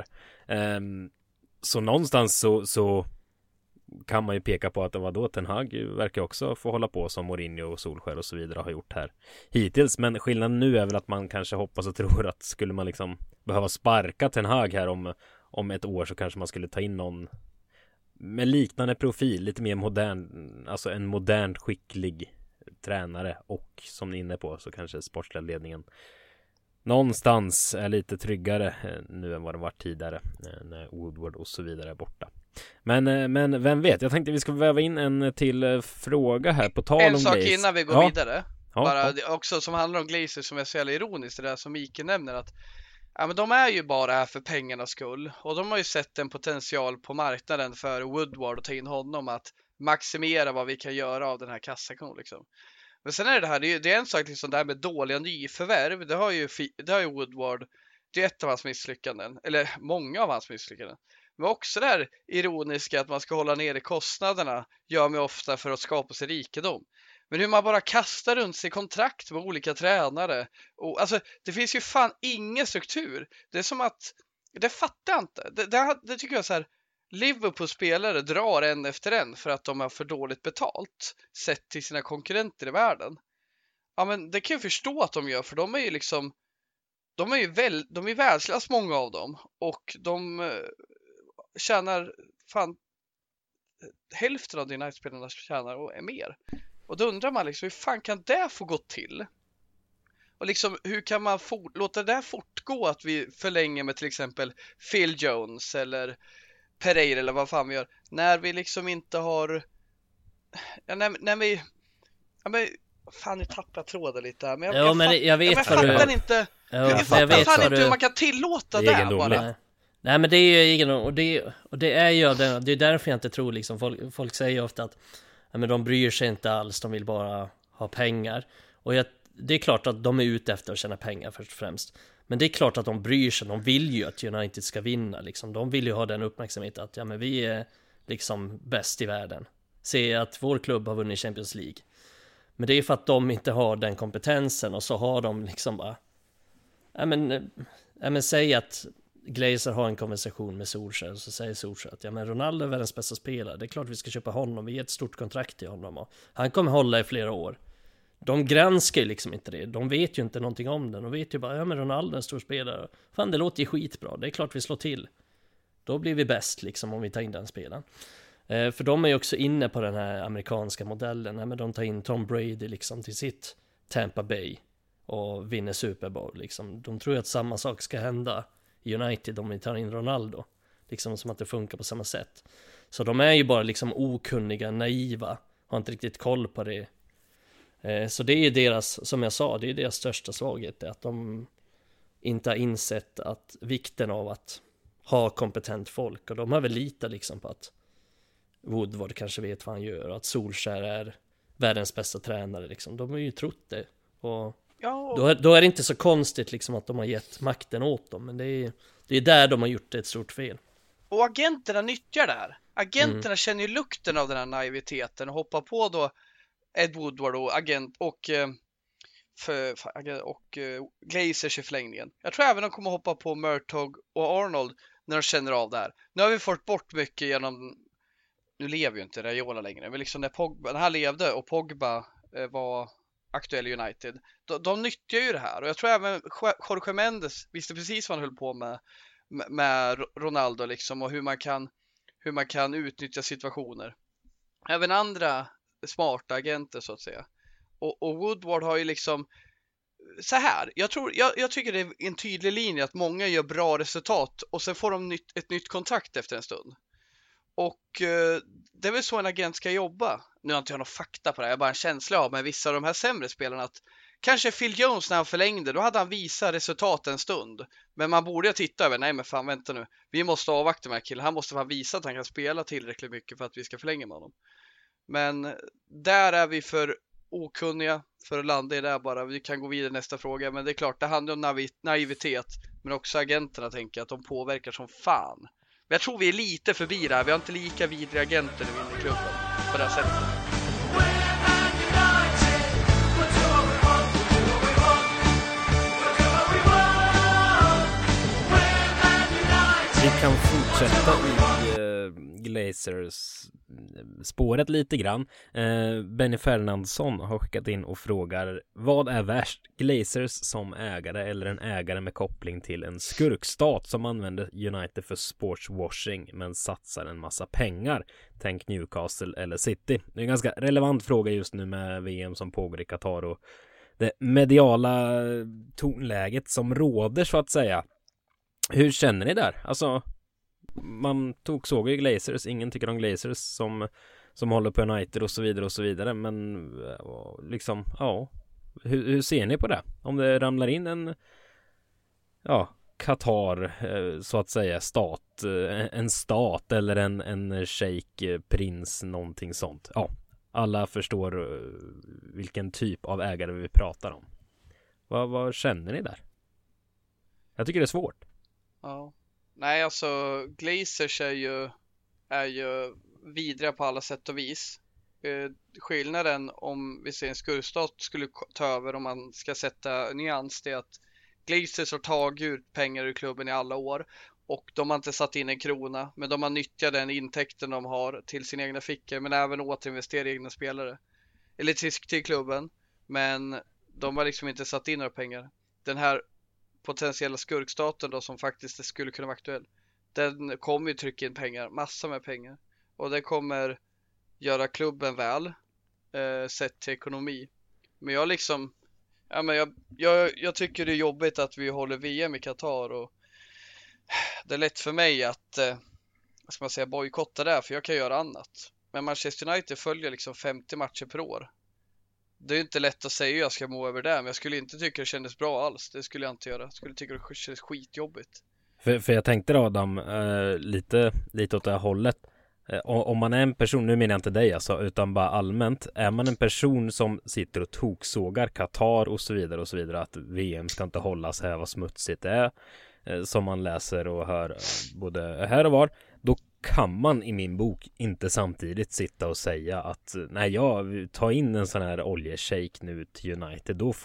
Speaker 1: Så någonstans så kan man ju peka på att det var då Ten Hag verkar också få hålla på som Mourinho och Solskjaer och så vidare har gjort här hittills. Men skillnaden nu är väl att man kanske hoppas och tror att skulle man liksom behöva sparka Ten Hag här om ett år, så kanske man skulle ta in någon med liknande profil, lite mer modern, alltså en modernt skicklig tränare, och som ni är inne på så kanske sportsliga ledningen någonstans är lite tryggare nu än vad det var tidigare när Woodward och så vidare är borta. Men vem vet, jag tänkte vi ska väva in en till fråga här på tal om
Speaker 2: en sak
Speaker 1: Glaze.
Speaker 2: innan vi går vidare.
Speaker 1: Ja.
Speaker 2: Också som handlar om Glazer, som är så jävla ironiskt, det där som Mike nämner, att men de är ju bara här för pengarnas skull, och de har ju sett en potential på marknaden för Woodward och ta in honom, att maximera vad vi kan göra av den här kassakon liksom. Men sen är det här, det är en sak liksom, det här med dåliga nyförvärv, det har ju Woodward, det är ett av hans misslyckanden, eller många av hans misslyckanden. Men också det här ironiska att man ska hålla nere kostnaderna gör man ofta för att skapa sig rikedom. Men hur man bara kastar runt sig kontrakt med olika tränare. Och, alltså, det finns ju fan ingen struktur. Det är som att, det fattar jag inte. Det tycker jag så här, Liverpool-spelare drar en efter en för att de har för dåligt betalt sett till sina konkurrenter i världen. Ja, men det kan jag förstå att de gör, för de är ju liksom, de är världsklass många av dem, och de tjänar fan hälften av dina spelarna tjänar och är mer. Och då undrar man liksom, hur fan kan det få gå till? Och liksom, hur kan man låta det fortgå, att vi förlänger med till exempel Phil Jones eller Pereira eller vad fan vi gör, när vi liksom inte har, när vi, men fan, nu tappar jag tråden lite här, men jag fattar inte, jag fattar inte hur man kan tillåta det bara.
Speaker 3: Nej, men det är ju egendomligt, och det är ju det är därför jag inte tror liksom, folk säger ju ofta att men de bryr sig inte alls, de vill bara ha pengar. Och det är klart att de är ute efter att tjäna pengar först och främst. Men det är klart att de bryr sig, de vill ju att United ska vinna liksom. De vill ju ha den uppmärksamheten att men vi är liksom bäst i världen. Se att vår klubb har vunnit Champions League. Men det är för att de inte har den kompetensen, och så har de liksom bara men säg att Glazer har en konversation med Solskjaer, och så säger Solskjaer att men Ronaldo är världens bästa spelare, det är klart vi ska köpa honom, vi ger ett stort kontrakt till honom och han kommer hålla i flera år. De granskar ju liksom inte det, de vet ju inte någonting om den, de vet ju bara men Ronaldo är en stor spelare, fan det låter ju skitbra, det är klart vi slår till, då blir vi bäst liksom om vi tar in den spelaren. För de är ju också inne på den här amerikanska modellen, men de tar in Tom Brady liksom till sitt Tampa Bay och vinner Super Bowl liksom. De tror ju att samma sak ska hända United om vi tar in Ronaldo. liksom som att det funkar på samma sätt. Så de är ju bara liksom okunniga, naiva, har inte riktigt koll på det. Så det är ju deras, som jag sa, det är deras största svaghet, att de inte har insett att vikten av att ha kompetent folk, och de har väl litat liksom på att Woodward kanske vet vad han gör och att Solskjaer är världens bästa tränare liksom. De har ju trott det, och då är det inte så konstigt liksom att de har gett makten åt dem, men det är där de har gjort ett stort fel.
Speaker 2: Och agenterna nyttjar det här. Agenterna känner ju lukten av den här naiviteten och hoppar på då Ed Woodward och agent och Glazers i förlängningen. Jag tror även de kommer hoppa på Murtaugh och Arnold när de känner av det här. Nu har vi fått bort mycket genom, nu lever ju inte Raiola längre, men liksom när han levde och Pogba var aktuell i United, de nyttjar ju det här. Och jag tror även Jorge Mendes visste precis vad han höll på med Ronaldo liksom, och hur man kan utnyttja situationer. Även andra smarta agenter så att säga. Och Woodward har ju liksom så här, jag tycker det är en tydlig linje att många gör bra resultat och sen får de ett nytt kontrakt efter en stund. Och det är väl så en agent ska jobba. Nu har inte jag någon fakta på det här, jag har bara en känsla av med vissa av de här sämre spelarna att kanske Phil Jones när han förlängde, då hade han visat resultat en stund. Men man borde ju titta över, nej men fan vänta nu, vi måste avvakta med killen, han måste fan visa att han kan spela tillräckligt mycket för att vi ska förlänga med honom. Men där är vi för okunniga för att landa i det bara. Vi kan gå vidare nästa fråga, men det är klart, det handlar om naivitet, men också agenterna tänker att de påverkar som fan. Men jag tror vi är lite förbi det här. Vi har inte lika vidriga agenter nu inne i klubben på det här sättet.
Speaker 1: Vi kan fortsätta i Glazers spåret lite grann. Benny Fernandsson har skickat in och frågar: vad är värst? Glazers som ägare eller en ägare med koppling till en skurkstat som använder United för sportswashing men satsar en massa pengar? Tänk Newcastle eller City. Det är en ganska relevant fråga just nu med VM som pågår i Qatar och det mediala tonläget som råder så att säga. Hur känner ni där? Alltså, man såg ju Glazers, ingen tycker om Glazers som håller på United och så vidare, men liksom, ja, hur ser ni på det? Om det ramlar in en Qatar så att säga en stat eller en shejk, prins, någonting sånt. Ja, alla förstår vilken typ av ägare vi pratar om. Vad känner ni där? Jag tycker det är svårt.
Speaker 2: Ja. Nej, alltså Glazers är ju vidriga på alla sätt och vis. Skillnaden om vi ser en skurkstat skulle ta över, om man ska sätta nyans, det är att Glazers har tagit ut pengar ur klubben i alla år och de har inte satt in en krona, men de har nyttjat den intäkten de har till sina egna fickor, men även återinvestera i egna spelare eller till klubben, men de har liksom inte satt in några pengar. Den här potentiella skurkstaten då, som faktiskt skulle kunna vara aktuell, den kommer ju trycka in pengar, massa med pengar, och det kommer göra klubben väl sett till ekonomi. Men jag liksom jag tycker det är jobbigt att vi håller VM i Qatar, och det är lätt för mig att ska man säga, bojkotta det, för jag kan göra annat. Men Manchester United följer liksom 50 matcher per år. Det är ju inte lätt att säga hur jag ska må över det, men jag skulle inte tycka det kändes bra alls. Det skulle jag inte göra. Jag skulle tycka det kändes skitjobbigt.
Speaker 1: För jag tänkte Adam, lite åt det här hållet. Om man är en person, nu menar jag inte dig alltså, utan bara allmänt, är man en person som sitter och toksågar Qatar och så vidare, att VM ska inte hållas här, vad smutsigt det är, som man läser och hör både här och var, då kan man i min bok inte samtidigt sitta och säga att nej, jag tar in en sån här oljeshejk nu till United, då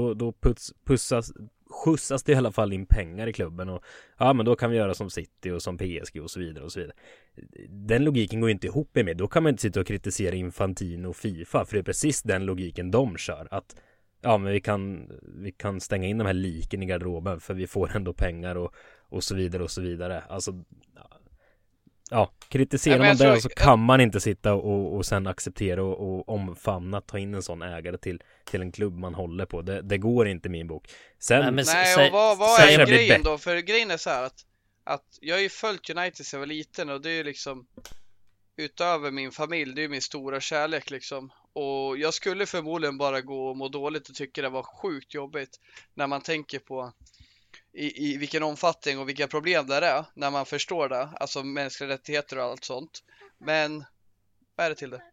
Speaker 1: skjutsas det i alla fall in pengar i klubben, och ja, men då kan vi göra som City och som PSG och så vidare och så vidare. Den logiken går inte ihop med. Då kan man inte sitta och kritisera Infantino och FIFA, för det är precis den logiken de kör, att ja, men vi kan stänga in de här liken i garderoben för vi får ändå pengar och så vidare och så vidare. Alltså ja, kritiserar man det så kan man inte sitta och sen acceptera och omfamna, ta in en sån ägare till en klubb man håller på. Det går inte i min bok. Sen,
Speaker 2: nej, och vad är grejen då? För grejen är så här att att jag har ju följt United sedan jag var liten och det är ju liksom utöver min familj, det är ju min stora kärlek liksom. Och jag skulle förmodligen bara gå och må dåligt och tycka det var sjukt jobbigt när man tänker på i vilken omfattning och vilka problem det är när man förstår det, alltså mänskliga rättigheter och allt sånt. Men vad är det till det?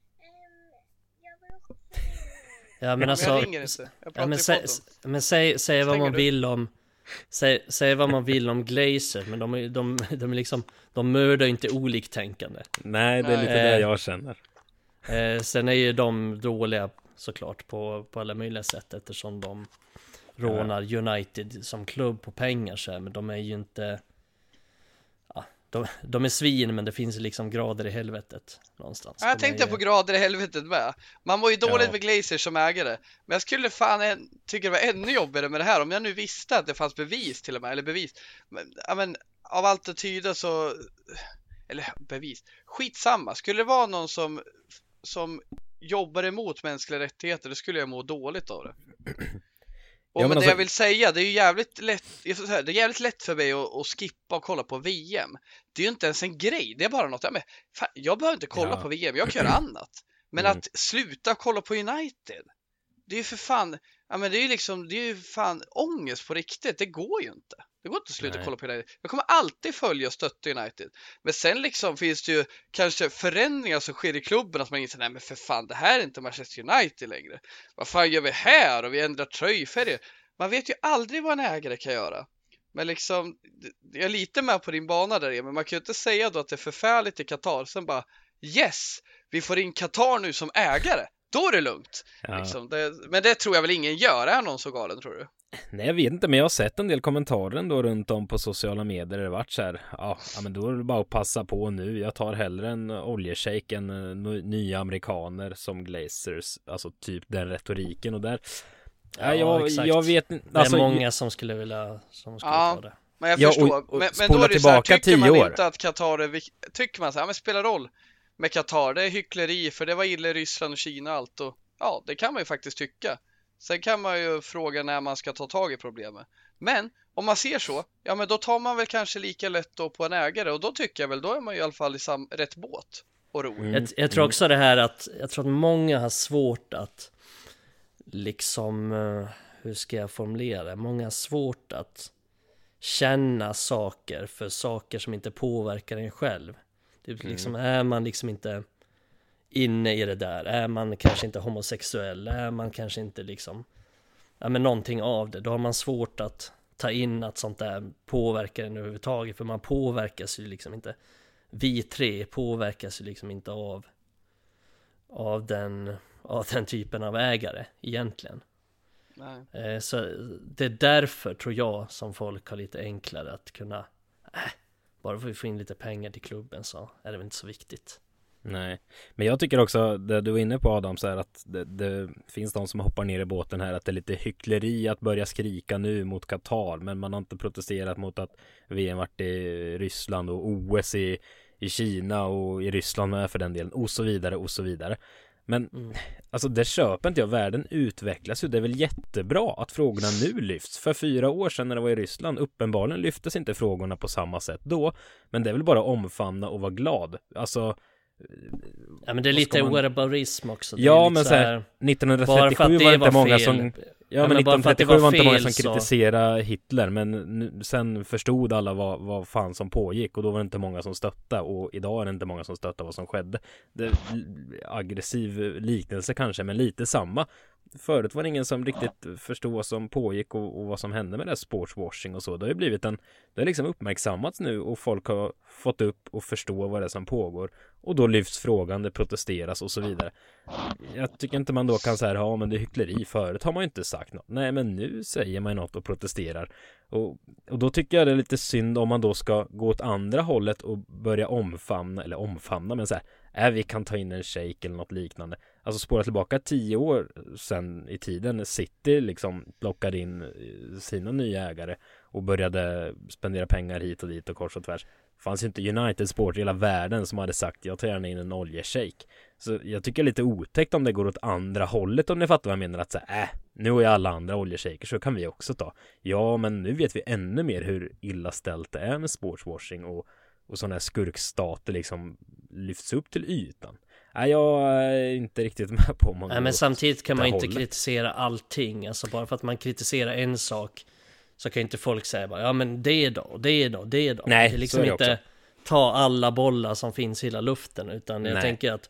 Speaker 3: Ja men alltså,
Speaker 2: jag ringer inte. Jag pratar
Speaker 3: men säg vad man vill om säg vad man vill om Glazer, men de är liksom, de mördar inte oliktänkande.
Speaker 1: Nej, det är lite det jag känner.
Speaker 3: Sen är ju de dåliga såklart på alla möjliga sätt, eftersom de rånar United som klubb på pengar så här, men de är ju inte, de är svin, men det finns liksom grader i helvetet någonstans.
Speaker 2: Jag tänkte på grader i helvetet med. Man var ju dåligt med Glazer som ägare, men jag skulle fan tycka det var ännu jobbigare med det här om jag nu visste att det fanns bevis till och med, eller bevis. Men av allt att tyda så, eller bevis, skitsamma. Skulle det vara någon som jobbar emot mänskliga rättigheter, då skulle jag må dåligt av det. Och men det jag vill säga, det är ju jävligt lätt, det är jävligt lätt för mig att skippa och kolla på VM. Det är ju inte ens en grej, det är bara något, jag behöver inte kolla på VM, jag kan göra annat. Men att sluta kolla på United, det är ju för fan, men det är ju fan ångest på riktigt, det går ju inte. Det går inte att sluta kolla på United. Jag kommer alltid följa och stötta United. Men sen liksom finns det ju kanske förändringar som sker i klubben att man inser, nej men för fan, det här är inte Manchester United längre. Vad fan gör vi här? Och vi ändrar tröjfärger. Man vet ju aldrig vad en ägare kan göra. Men liksom, jag är lite med på din bana där, men man kan ju inte säga då att det är förfärligt i Qatar. Sen bara, yes, vi får in Qatar nu som ägare. Då är det lugnt. Ja. Liksom, men det tror jag väl ingen gör. Är någon så galen, tror du?
Speaker 1: Nej, jag vet inte, men jag har sett en del kommentarer ändå runt om på sociala medier där det varit så här, ja men då är det bara att passa på nu. Jag tar hellre en oljeshejk än nya amerikaner som Glazers, alltså typ den retoriken och där. Jag vet inte.
Speaker 3: Alltså, det är många som skulle vilja ta det.
Speaker 2: Men jag förstår.
Speaker 1: Och
Speaker 2: men då är det så här, tycker man inte att Qatar är tycker man så här, men spelar roll med Qatar, det är hyckleri för det var illa i Ryssland och Kina och allt, och ja, det kan man ju faktiskt tycka. Sen kan man ju fråga när man ska ta tag i problemet. Men om man ser så, ja men då tar man väl kanske lika lätt då på en ägare, och då tycker jag väl, då är man ju i alla fall i rätt båt och ro.
Speaker 3: Jag tror också det här att, jag tror att många har svårt att liksom, hur ska jag formulera det? Många har svårt att känna saker för saker som inte påverkar en själv. Det liksom, är man liksom inte inne i det där, är man kanske inte homosexuell, är man kanske inte liksom, ja men någonting av det, då har man svårt att ta in att sånt där påverkar en överhuvudtaget, för man påverkas ju liksom inte, vi tre påverkas ju liksom inte av den typen av ägare egentligen. Nej. Så det är därför, tror jag, som folk har lite enklare att kunna, bara för att få in lite pengar till klubben så är det väl inte så viktigt.
Speaker 1: Nej, men jag tycker också, det du var inne på Adam, så här att det finns de som hoppar ner i båten här, att det är lite hyckleri att börja skrika nu mot Qatar, men man har inte protesterat mot att VM varit i Ryssland och OS i Kina och i Ryssland med för den delen, och så vidare och så vidare. Men alltså det köper inte jag, världen utvecklas ju, det är väl jättebra att frågorna nu lyfts. För 4 år sedan när det var i Ryssland, uppenbarligen lyftes inte frågorna på samma sätt då, men det är väl bara omfamna och vara glad. Alltså,
Speaker 3: ja men det är lite whataboutism också.
Speaker 1: Ja, men så här, 1937 var inte många som... Ja, men 1937 var inte många som kritiserade Hitler, men sen förstod alla vad fan som pågick, och då var det inte många som stöttade, och idag är det inte många som stöttar vad som skedde. Det är aggressiv liknelse kanske, men lite samma. Förut var det ingen som riktigt förstod vad som pågick och vad som hände med det, sportswashing och så. Det har ju blivit det har liksom uppmärksammats nu, och folk har fått upp och förstå vad det är som pågår, och då lyfts frågan, det protesteras och så vidare. Jag tycker inte man då kan säga, ja men det är hyckleri, förut har man ju inte sagt något. Nej, men nu säger man något och protesterar, och då tycker jag det är lite synd om man då ska gå åt andra hållet och börja omfamna, men så här, vi kan ta in en shake eller något liknande. Alltså spåra tillbaka 10 år sedan i tiden, City liksom plockade in sina nya ägare och började spendera pengar hit och dit och kors och tvärs. fanns ju inte United Sport i hela världen som hade sagt jag tar gärna in en oljeshejk. Så jag tycker lite otäckt om det går åt andra hållet, om ni fattar vad jag menar, att säga nu är alla andra oljeshejker så kan vi också ta. Ja, men nu vet vi ännu mer hur illa ställt det är med sportswashing och sådana här skurkstater liksom lyfts upp till ytan. Nej, jag är inte riktigt med på om
Speaker 3: men samtidigt kan man inte kritisera allting. Alltså bara för att man kritiserar en sak så kan inte folk säga bara, ja men det då. Nej, det är liksom
Speaker 1: så är det
Speaker 3: inte
Speaker 1: också.
Speaker 3: Ta alla bollar som finns i hela luften, utan jag tänker att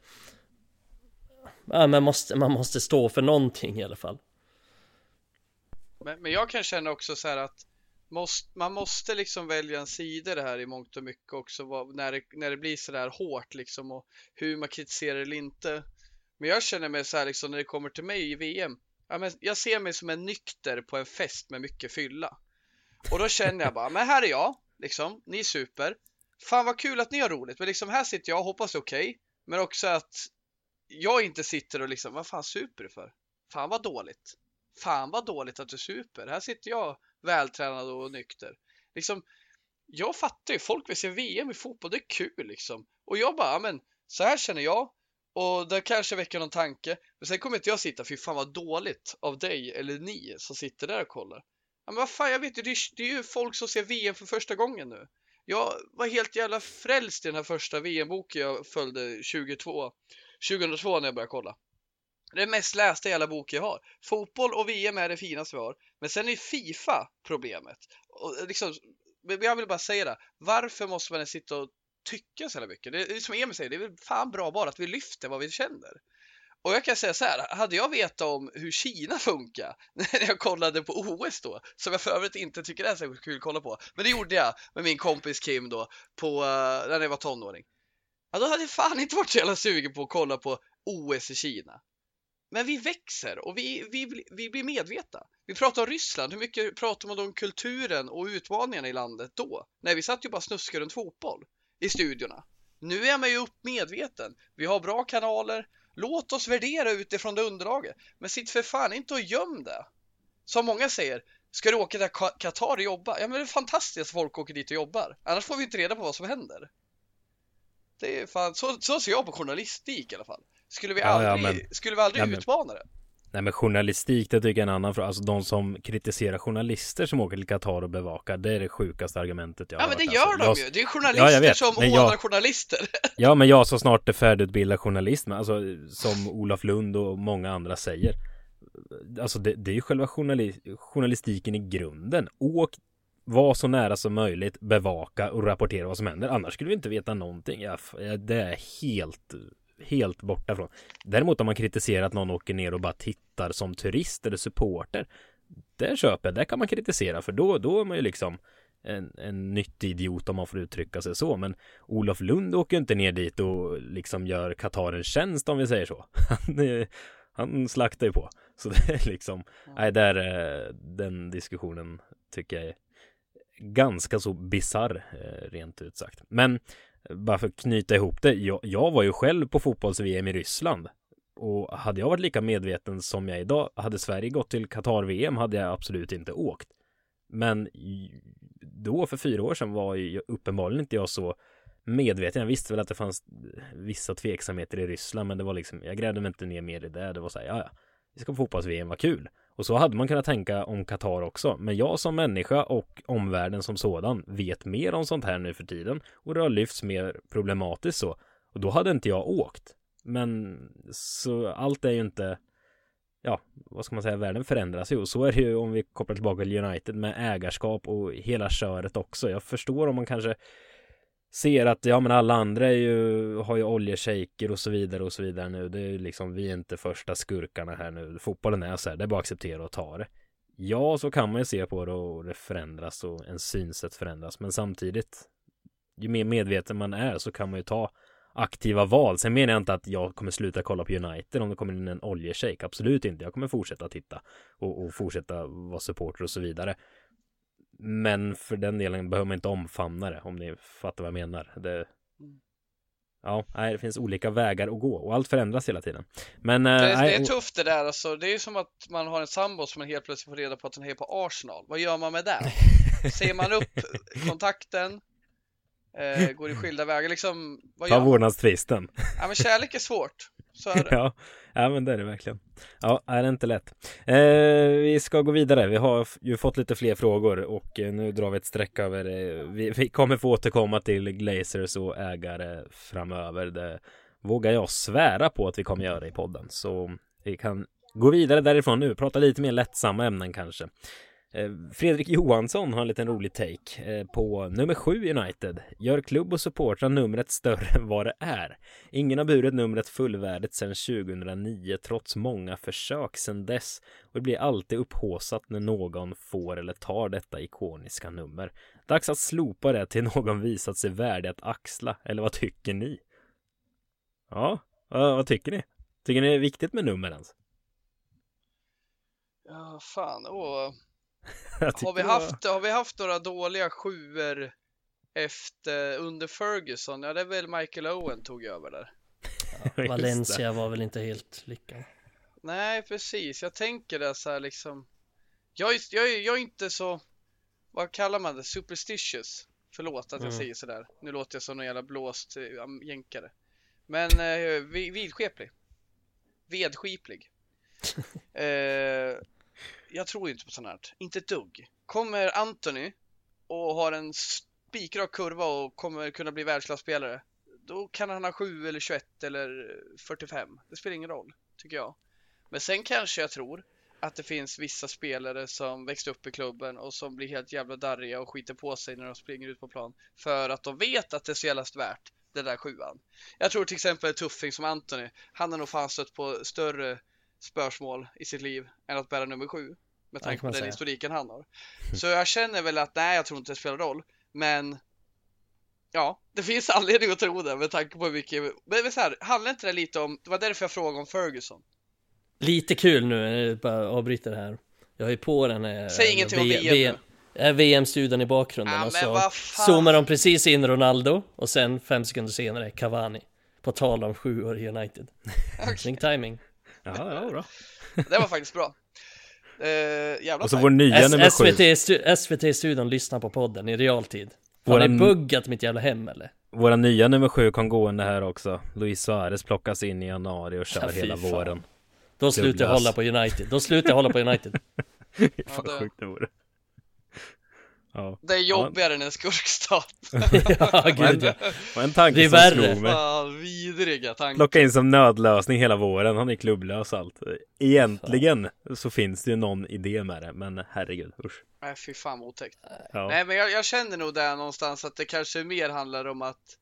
Speaker 3: man måste stå för någonting i alla fall.
Speaker 2: Men jag kan känna också så här att man måste liksom välja en sida det här i mångt och mycket också, när det blir så där hårt liksom, och hur man kritiserar eller inte. Men jag känner mig så här liksom, när det kommer till mig i VM, jag ser mig som en nykter på en fest med mycket fylla. Och då känner jag bara, men här är jag liksom, ni är super. Fan vad kul att ni har roligt, men liksom här sitter jag och hoppas okej. Men också att jag inte sitter och liksom, vad fan super du för? Fan vad dåligt. Fan vad dåligt att du super. Här sitter jag vältränad och nykter. Liksom, jag fattar ju, folk vill se VM i fotboll, det är kul liksom. Och jag bara, men så här känner jag. Och det kanske väcker någon tanke. Men sen kommer inte jag sitta, fy fan vad dåligt av dig eller ni som sitter där och kollar. Ja, men vad fan, jag vet ju, det är ju folk som ser VM för första gången nu. Jag var helt jävla frälst i den här första VM-boken jag följde 2002 när jag började kolla. Det är mest lästa jävla boken jag har. Fotboll och VM är det finaste vi har. Men sen är FIFA problemet. Och liksom, jag vill bara säga det. Varför måste man sitta och tycka så här mycket? Det är som Emil säger, det är väl fan bra bara att vi lyfter vad vi känner. Och jag kan säga så här, hade jag vetat om hur Kina funkar när jag kollade på OS då, som jag för övrigt inte tycker det är så kul att kolla på, men det gjorde jag med min kompis Kim då, när jag var tonåring. Ja, då hade jag fan inte varit så jävla sugen på att kolla på OS i Kina. Men vi växer och vi blir medvetna. Vi pratar om Ryssland, hur mycket pratar man om kulturen och utmaningarna i landet då? Nej, vi satt ju bara snuskar runt fotboll i studiorna. Nu är man ju upp medveten. Vi har bra kanaler. Låt oss värdera utifrån det underlaget. Men sitt för fan inte och göm det. Som många säger, ska du åka till Qatar och jobba? Ja, men det är fantastiskt att folk åker dit och jobbar. Annars får vi inte reda på vad som händer. Det är fan, så ser jag på journalistik i alla fall. Skulle vi aldrig utmana det?
Speaker 1: Nej, men journalistik, det tycker jag är en annan fråga. Alltså de som kritiserar journalister som åker till Qatar och bevakar, det är det sjukaste argumentet jag har hört.
Speaker 2: Ja, men det gör de ju. Det är journalister som hånar journalister.
Speaker 1: Ja, men jag så snart är färdigutbildad journalist, men alltså som Olof Lund och många andra säger. Alltså det är ju själva journalistiken i grunden. Var så nära som möjligt, bevaka och rapportera vad som händer. Annars skulle vi inte veta någonting. Det är helt borta från. Däremot om man kritiserar att någon åker ner och bara tittar som turist eller supporter, där köper jag, där kan man kritisera, för då är man ju liksom en nyttig idiot om man får uttrycka sig så. Men Olof Lund åker inte ner dit och liksom gör Qatar en tjänst, om vi säger så. Han slaktar ju på. Så det är liksom, den diskussionen tycker jag är ganska så bizarr, rent ut sagt. Men bara för att knyta ihop det, jag var ju själv på fotbolls-VM i Ryssland, och hade jag varit lika medveten som jag idag, hade Sverige gått till Qatar-VM hade jag absolut inte åkt. Men då för 4 år sedan var ju uppenbarligen inte jag så medveten. Jag visste väl att det fanns vissa tveksamheter i Ryssland, men det var liksom, jag grävde mig inte ner mer i det. Det var så här, ja, vi ska på fotbolls-VM, vad kul. Och så hade man kunnat tänka om Qatar också. Men jag som människa och omvärlden som sådan vet mer om sånt här nu för tiden. Och det har lyfts mer problematiskt så. Och då hade inte jag åkt. Men så allt är ju inte, ja, vad ska man säga, världen förändras ju. Och så är det ju om vi kopplar tillbaka till United med ägarskap och hela köret också. Jag förstår om man kanske ser att ja, men alla andra har ju oljeshejker och så vidare nu. Det är ju liksom, vi är inte första skurkarna här nu. Fotbollen är så här, det är bara att acceptera och ta det. Ja, så kan man ju se på det och det förändras och en synsätt förändras. Men samtidigt, ju mer medveten man är så kan man ju ta aktiva val. Sen menar jag inte att jag kommer sluta kolla på United om det kommer in en oljeshejk. Absolut inte. Jag kommer fortsätta titta och fortsätta vara supporter och så vidare. Men för den delen behöver man inte omfamna det, om ni fattar vad jag menar. Det finns olika vägar att gå och allt förändras hela tiden. Men
Speaker 2: det är tufft det där alltså. Det är ju som att man har en sambo som man helt plötsligt får reda på att den är på Arsenal. Vad gör man med det? Ser man upp kontakten? går i skilda vägar liksom. Vad
Speaker 1: Ta
Speaker 2: gör man?
Speaker 1: vårdnadstvisten.
Speaker 2: Ja, men kärlek är svårt. Så är det.
Speaker 1: Ja, men det är det verkligen. Ja, är det inte lätt. Vi ska gå vidare. Vi har ju fått lite fler frågor och nu drar vi ett streck över. Vi kommer få återkomma till Glazers och ägare framöver. Det vågar jag svära på att vi kommer göra i podden. Så vi kan gå vidare därifrån nu. Prata lite mer lättsamma ämnen kanske. Fredrik Johansson har en liten rolig take på nummer 7 United. Gör klubb och supportrar numret större än vad det är. Ingen har burit numret fullvärdigt sedan 2009 trots många försök sedan dess. Och det blir alltid upphåsat när någon får eller tar detta ikoniska nummer. Dags att slopa det till någon visat sig värdig att axla. Eller vad tycker ni? Ja, vad tycker ni? Tycker ni det är viktigt med nummer ens?
Speaker 2: Ja, fan. Har vi haft några dåliga sjuor under Ferguson? Ja, det är väl Michael Owen tog över där.
Speaker 3: Ja, Valencia var väl inte helt lyckad.
Speaker 2: Nej, precis. Jag tänker det så här liksom. Jag är inte så, vad kallar man det? Superstitious. Förlåt att jag säger sådär. Nu låter jag som någon jävla blåst jänkare. Men vedskiplig. Jag tror inte på sånt här. Inte ett dugg. Kommer Anthony och har en spikrak kurva och kommer kunna bli världsklasspelare, då kan han ha 7 eller 21 eller 45. Det spelar ingen roll, tycker jag. Men sen kanske jag tror att det finns vissa spelare som växte upp i klubben och som blir helt jävla darriga och skiter på sig när de springer ut på plan för att de vet att det är så jävla värt det där 7an. Jag tror till exempel en tuffing som Anthony, han har nog fan stött på större spörsmål i sitt liv än att bära nummer 7 med tanke på den historiken han har. Så jag känner väl att nej, jag tror inte det spelar roll, men ja, det finns anledning att tro det med tanke på hur mycket. Men så här, handlar inte det lite om, det var därför jag frågade om Ferguson.
Speaker 3: Lite kul nu, bara avbryter det här. Jag är på den.
Speaker 2: Säg ingenting om VM nu.
Speaker 3: VM-studion i bakgrunden och så zoomar de precis in Ronaldo och sen 5 sekunder senare Cavani. På tal om 7 år i United. Snygg timing.
Speaker 1: Ja, bra.
Speaker 2: Det var faktiskt bra.
Speaker 1: Och så vår nya nummer 7.
Speaker 3: SVT-studion lyssnar på podden i realtid. Har ni buggat mitt jävla hem eller?
Speaker 1: Våra nya nummer 7 kom gående här också. Luis Suarez plockas in i januari och kör hela våren.
Speaker 3: Då slutar jag hålla på United.
Speaker 1: Fan sjukt det vore.
Speaker 2: Ja. Det är jobbigare än en skurkstat.
Speaker 3: Ja, gud ja.
Speaker 1: Och en tanke
Speaker 3: det är
Speaker 1: som
Speaker 3: värre.
Speaker 1: slog mig.
Speaker 2: Vidriga tankar.
Speaker 1: Plocka in som nödlösning hela våren. Han är klubblös allt. Egentligen så finns det ju någon idé med det. Men herregud, usch.
Speaker 2: Nej, fy fan otäckt.
Speaker 1: Ja.
Speaker 2: Nej, men jag känner nog där någonstans att det kanske mer handlar om att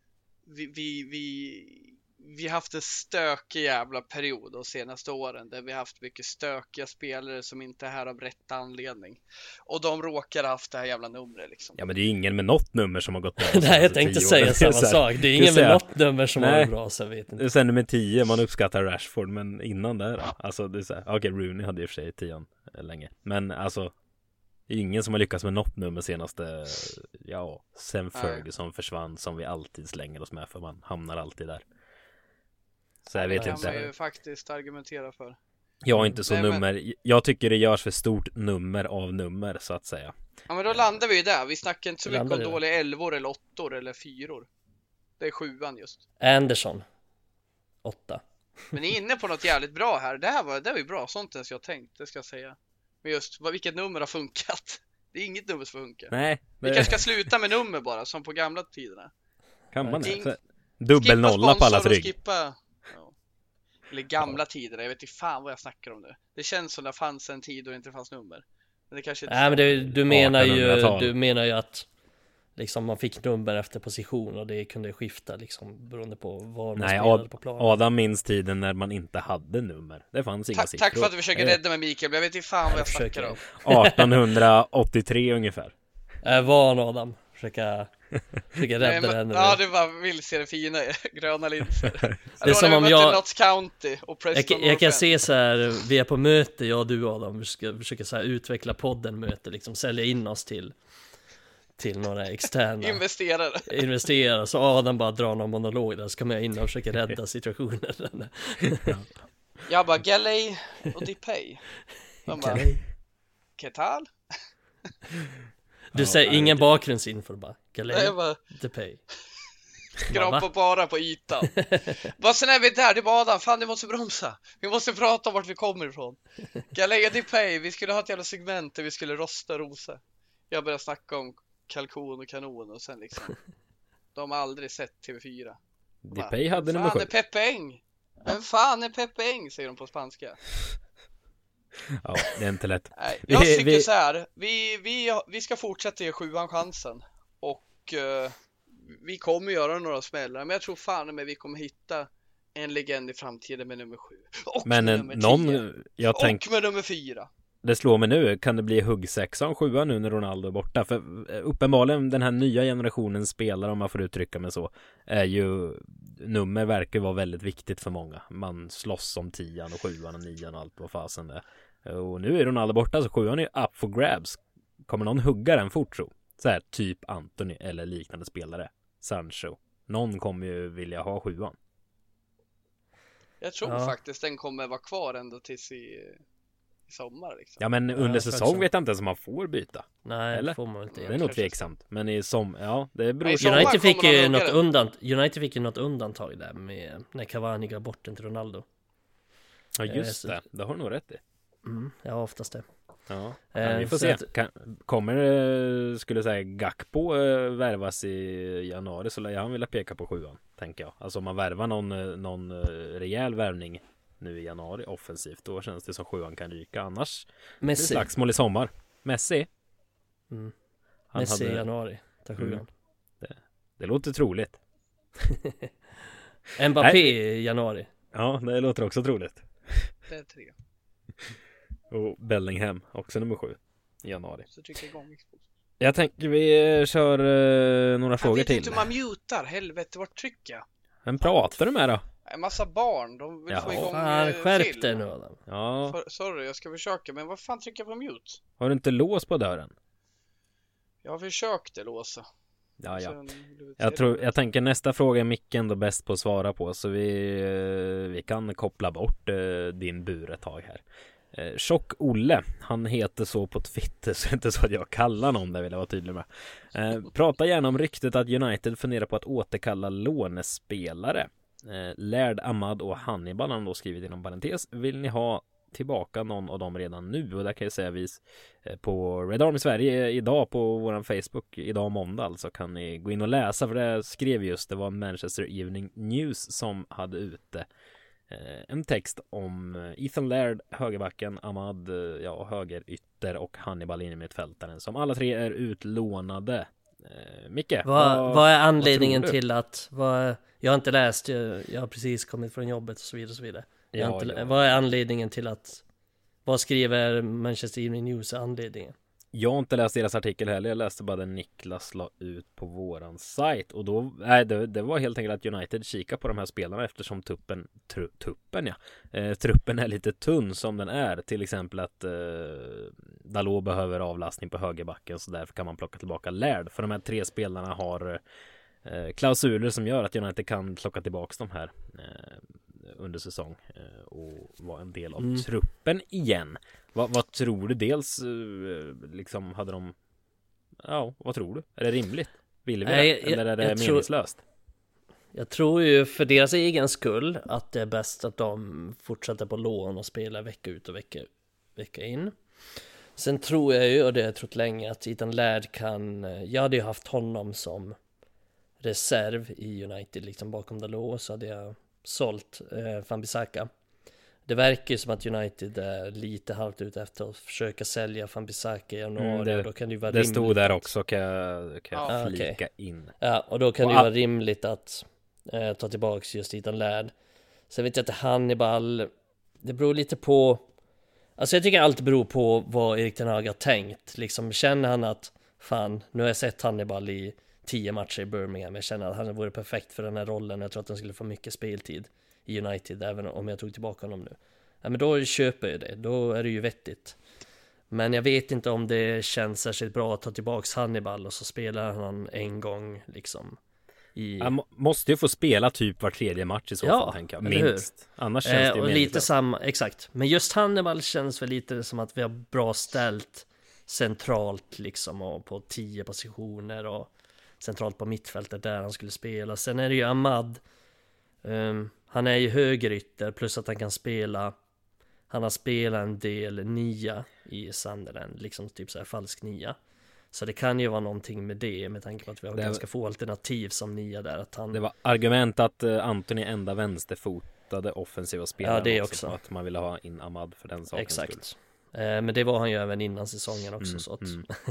Speaker 2: vi haft en stökig jävla period de senaste åren där vi haft mycket stökiga spelare som inte är här av rätt anledning. Och de råkar haft det här jävla numret liksom.
Speaker 1: Ja, men det är ingen med något nummer som har gått bra.
Speaker 3: Nej, jag tänkte säga samma sak. Det är ingen med något nummer som har gått bra, så jag vet inte.
Speaker 1: Sen nummer 10, man uppskattar Rashford, men innan det då? Alltså, det är så här, okej, Rooney hade i och för sig 10 länge. Men alltså, det är ingen som har lyckats med något nummer senaste, sen Ferguson försvann, som vi alltid slänger oss med, för man hamnar alltid där. Så jag vet inte.
Speaker 2: Det kan man ju faktiskt argumentera för.
Speaker 1: Jag är inte så nummer. Jag tycker det görs för stort nummer av nummer, så att säga.
Speaker 2: Ja, men då landar vi ju där. Vi snackar inte så mycket om dåliga 11 eller 8 eller 4. Det är 7an just.
Speaker 3: Anderson 8.
Speaker 2: Men ni är inne på något jävligt bra här. Det var ju bra, sånt ens jag tänkt, det ska jag säga. Men just, vilket nummer har funkat? Det är inget nummer som funkar.
Speaker 1: Nej.
Speaker 2: Vi kanske ska sluta med nummer bara, som på gamla tiderna.
Speaker 1: Kan man det? Dubbelnolla på allas rygg.
Speaker 2: Eller gamla tider, jag vet inte fan vad jag snackar om nu. Det känns som det fanns en tid då det inte fanns nummer. Men det kanske inte.
Speaker 3: Nej, men du menar ju att liksom man fick nummer efter position och det kunde skifta liksom beroende på var man spelade på planen.
Speaker 1: Adam minns tiden när man inte hade nummer. Det fanns inga siffror.
Speaker 2: Tack för att du försöker rädda mig, Mikael. Jag vet inte fan vad jag snackar om.
Speaker 1: 1883 ungefär.
Speaker 3: Van Adam. Försöka rädda den.
Speaker 2: Ja, det var vill se det fina gröna linser.
Speaker 3: Det är som om
Speaker 2: Notts County och
Speaker 3: jag kan se så här, vi är på möte, jag och du Adam, vi ska försöka så här utveckla podden möte, liksom sälja in oss till några externa investerare, så Adam bara drar någon monolog där, så kommer jag in och försöka rädda situationen.
Speaker 2: Jag bara, Galley och Dipay. De bara, ¿qué tal?
Speaker 3: Du säger ingen bakgrundsinfo bara.
Speaker 2: Galea
Speaker 3: DePay.
Speaker 2: Skrapa bara på ytan. Vad sen är vi där? Det var Adam. Fan, du måste bromsa. Vi måste prata om vart vi kommer ifrån. Galea DePay. Vi skulle ha ett jävla segment där vi skulle rosta Rosa. Jag började snacka om kalkon och kanon och sen liksom. De har aldrig sett TV4.
Speaker 1: DePay hade nummer 7.
Speaker 2: Fan är Pepe Eng? Vem fan är Pepe Eng? Säger de på spanska.
Speaker 1: Ja, det är inte lätt.
Speaker 2: Nej, jag tycker så här. Vi ska fortsätta ge 7an chansen. Och vi kommer göra några smällar. Men jag tror fan med vi kommer hitta en legend i framtiden med nummer 7. Och
Speaker 1: men
Speaker 2: med nummer 10. Och med nummer 4.
Speaker 1: Det slår mig nu, kan det bli hugg 6an 7an nu när Ronaldo är borta? För uppenbarligen den här nya generationen spelare, om man får uttrycka mig så, är ju, nummer verkar vara väldigt viktigt för många. Man slåss om 10an och 7an och 9an och allt vad fasen det är. Och nu är Ronaldo borta, så 7an är up for grabs. Kommer någon hugga den fort, tro? Så här, typ Anthony eller liknande spelare. Sancho. Någon kommer ju vilja ha 7an.
Speaker 2: Jag tror faktiskt den kommer vara kvar ända tills i sommar liksom.
Speaker 1: Ja, men under säsong vet jag inte ens om man får byta.
Speaker 3: Nej,
Speaker 1: eller?
Speaker 3: Får man inte.
Speaker 1: Det är nog tveksamt. Men i det beror
Speaker 3: på. United fick ju något undantag där med när Cavani gav bort den till Ronaldo.
Speaker 1: Ja, just det. Det har du nog rätt i.
Speaker 3: Ja, oftast det.
Speaker 1: Ja, vi får se. Kommer, skulle säga, Gakpo värvas i januari, så lär han vilja peka på 7an, tänker jag. Alltså om man värvar någon rejäl värvning nu i januari offensivt, då känns det som 7an kan ryka. Annars
Speaker 3: Messi.
Speaker 1: Det är slagsmål i sommar. Messi.
Speaker 3: Messi i januari. Ta 7an.
Speaker 1: Det låter troligt.
Speaker 3: Mbappé i januari.
Speaker 1: Ja, det låter också troligt.
Speaker 2: Det är 3.
Speaker 1: Och Bellingham också nummer 7 i januari.
Speaker 2: Så trycker jag igång Xbox.
Speaker 1: Jag tänker vi kör några frågor till.
Speaker 2: Jag vet inte hur man mutar, helvete, vart trycker jag?
Speaker 1: Vem pratar du med då?
Speaker 2: En massa barn, de vill få igång
Speaker 3: skärp dig nu Adam.
Speaker 1: Ja.
Speaker 2: Sorry, jag ska försöka, men vad fan trycker jag på mute?
Speaker 1: Har du inte lås på dörren?
Speaker 2: Jag har försökt låsa.
Speaker 1: Ja. Jag tänker nästa fråga är Micke ändå bäst på att svara på, så vi kan koppla bort din bur ett tag här. Tjock Olle, han heter så på Twitter, så det är inte så att jag kallar någon, det vill jag vara tydlig med. Prata gärna om ryktet att United funderar på att återkalla lånespelare. Lärd, Ahmad och Hannibal har då skrivit inom parentes. Vill ni ha tillbaka någon av dem redan nu? Och där kan jag säga på Red Army Sverige idag på våran Facebook, idag måndag, alltså kan ni gå in och läsa, för det skrev just, det var Manchester Evening News som hade ute en text om Ethan Laird, högerbacken, Ahmad, högerytter och Hannibal in i mittfältaren, som alla tre är utlånade. Micke,
Speaker 3: vad är anledningen till att jag har inte läst, jag har precis kommit från jobbet och så vidare. Vad är anledningen till att, vad skriver Manchester Evening News är anledningen?
Speaker 1: Jag har inte läst deras artikel heller, jag läste bara den Niklas la ut på våran sajt, och då, det var helt enkelt att United kika på de här spelarna eftersom truppen är lite tunn som den är, till exempel att Dalot behöver avlastning på högerbacken, så därför kan man plocka tillbaka Laird, för de här tre spelarna har klausuler som gör att United kan plocka tillbaka de här under säsong och vara en del av truppen igen. Vad tror du? Dels liksom hade de, vad tror du? Är det rimligt? Vill vi det? Eller är det meningslöst?
Speaker 3: Jag tror ju för deras egen skull att det är bäst att de fortsätter på lån och spelar vecka ut och vecka in. Sen tror jag ju, och det har jag trott länge, att Ethan Laird kan, jag hade ju haft honom som reserv i United liksom bakom Dalot, så hade jag sålt Wan-Bissaka. Det verkar ju som att United är lite halvt ut efter att försöka sälja Wan-Bissaka i januari, och då kan det ju vara rimligt. Det stod där
Speaker 1: också, kan jag flika in.
Speaker 3: Ja, och då kan det ju vara rimligt att ta tillbaka just Ethan Laird. Sen vet jag att Hannibal, det beror lite på, alltså jag tycker allt beror på vad Erik Ten Hag har tänkt. Liksom, känner han att fan, nu har jag sett Hannibal i 10 matcher i Birmingham, jag känner att han vore perfekt för den här rollen, jag tror att han skulle få mycket speltid i United, även om jag tog tillbaka honom nu. Ja, men då köper jag det, då är det ju vettigt. Men jag vet inte om det känns särskilt bra att ta tillbaka Hannibal och så spelar han en gång liksom
Speaker 1: han måste ju få spela typ var tredje match i så fall, tänker jag. Minst. Annars känns det ju
Speaker 3: lite samma, exakt. Men just Hannibal känns väl lite som att vi har bra ställt centralt liksom och på 10 positioner och centralt på mittfältet där han skulle spela. Sen är det ju Ahmad. Han är ju högerytter plus att han kan spela. Han har spelat en del 9 i Sunderland, liksom typ så här falsk 9. Så det kan ju vara någonting med det, med tanke på att vi har ganska få alternativ som 9 där. Att han...
Speaker 1: Det var argument att Antoni är enda vänsterfotade offensiva spelare.
Speaker 3: Ja, det också.
Speaker 1: Att man ville ha in Ahmad för den sakens skull.
Speaker 3: Exakt. Men det var han ju även innan säsongen också. Så att...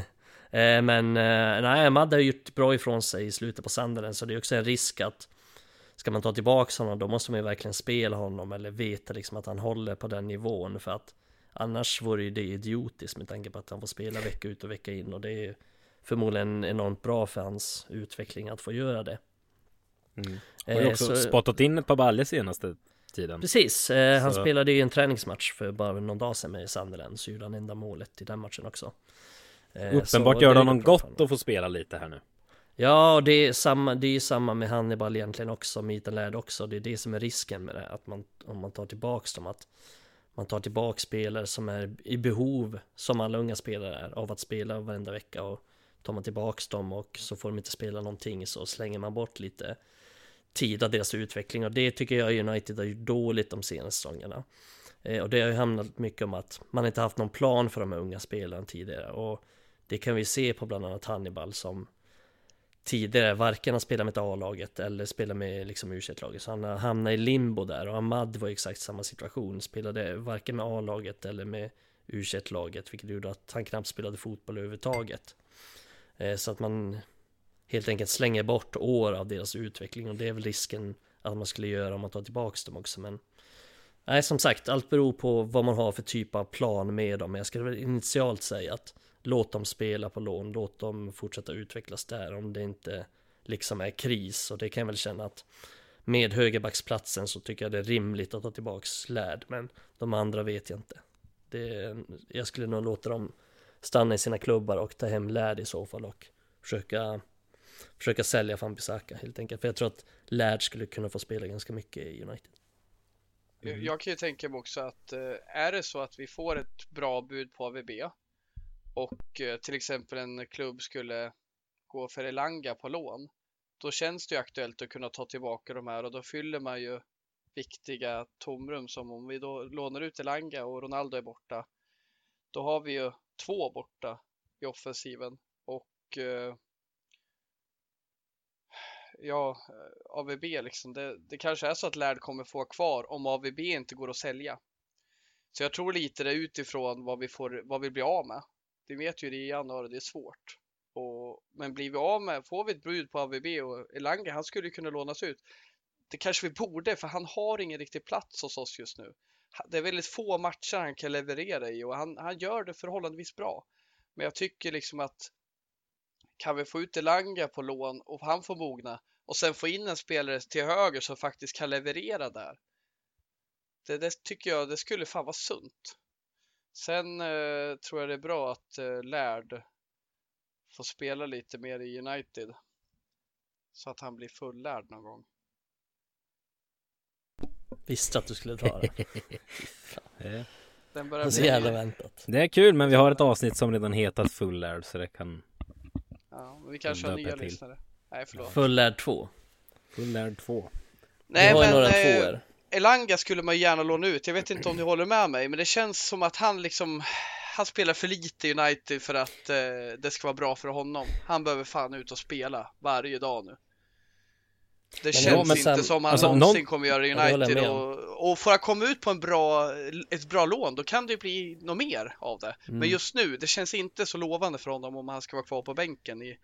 Speaker 3: men nej, Ahmad har gjort bra ifrån sig i slutet på Sunderland, så det är också en risk att ska man ta tillbaka honom, då måste man ju verkligen spela honom eller veta liksom att han håller på den nivån, för att annars vore ju det idiotiskt med tanke på att han får spela vecka ut och vecka in, och det är förmodligen enormt bra för hans utveckling att få göra det.
Speaker 1: Och har också spottat in ett par baller senaste tiden.
Speaker 3: Precis, han spelade ju en träningsmatch för bara någon dag sedan med Sunderland, så gjorde han enda målet i den matchen också.
Speaker 1: Uppenbart gör det honom gott att få spela lite här nu.
Speaker 3: Ja, och det är samma med Hannibal egentligen också, med Ethan Laird också. Det är det som är risken med det, att om man tar tillbaks dem, att man tar tillbaks spelare som är i behov, som alla unga spelare är, av att spela varenda vecka, och tar man tillbaks dem och så får de inte spela någonting, så slänger man bort lite tid av deras utveckling, och det tycker jag United har gjort dåligt de senaste säsongerna. Och det har ju handlat mycket om att man inte haft någon plan för de här unga spelarna tidigare, och det kan vi se på bland annat Hannibal, som tidigare varken har spelat med A-laget eller spelat med liksom U21-laget, så han har hamnat i limbo där. Och Ahmad var i exakt samma situation, spelade varken med A-laget eller med U21-laget, vilket gjorde att han knappt spelade fotboll överhuvudtaget. Så att man helt enkelt slänger bort år av deras utveckling, och det är väl risken att man skulle göra om man tar tillbaka dem också. Men nej, som sagt, allt beror på vad man har för typ av plan med dem. Men jag skulle väl initialt säga att låt dem spela på lån, låt dem fortsätta utvecklas där, om det inte liksom är kris. Och det kan jag väl känna att med högerbacksplatsen så tycker jag det är rimligt att ta tillbaks Laird, men de andra vet jag inte. Jag skulle nog låta dem stanna i sina klubbar och ta hem Laird i så fall, och försöka sälja Wan-Bissaka helt enkelt, för jag tror att Laird skulle kunna få spela ganska mycket i United.
Speaker 2: Jag kan ju tänka mig också att är det så att vi får ett bra bud på AVB och till exempel en klubb skulle gå för Elanga på lån, då känns det ju aktuellt att kunna ta tillbaka de här, och då fyller man ju viktiga tomrum. Som om vi då lånar ut Elanga och Ronaldo är borta, då har vi ju 2 borta i offensiven. Och ja, AVB liksom, det kanske är så att Laird kommer få kvar om AVB inte går att sälja. Så jag tror lite det utifrån vad vi blir av med. Vi vet ju det i januari, det är svårt. Men blir vi av med, får vi ett bud på AVB och Elanga, han skulle ju kunna lånas ut. Det kanske vi borde, för han har ingen riktig plats hos oss just nu. Det är väldigt få matcher han kan leverera i, och han gör det förhållandevis bra. Men jag tycker liksom att kan vi få ut Elanga på lån och han får mogna, och sen få in en spelare till höger som faktiskt kan leverera där. Det tycker jag, det skulle fan vara sunt. Sen tror jag det är bra att Laird får spela lite mer i United, så att han blir fullärd någon gång.
Speaker 3: Visste att du skulle dra det.
Speaker 2: Den börjar
Speaker 3: så jävla väntat.
Speaker 1: Det är kul, men vi har ett avsnitt som redan hetat fullärd, så det kan...
Speaker 2: Ja, men vi kanske har nya lyssnare. Nej, förlåt.
Speaker 3: Fullärd 2.
Speaker 1: Fullärd 2.
Speaker 2: Nej,
Speaker 3: men
Speaker 2: några
Speaker 3: tvåor.
Speaker 2: Elanga skulle man gärna låna ut. Jag vet inte om ni håller med mig, men det känns som att han spelar för lite i United för att det ska vara bra för honom. Han behöver fan ut och spela varje dag nu. Det känns inte som att han någonsin kommer göra i United, och får han komma ut på ett bra lån, då kan det bli något mer av det. Men just nu, det känns inte så lovande för honom om han ska vara kvar på bänken i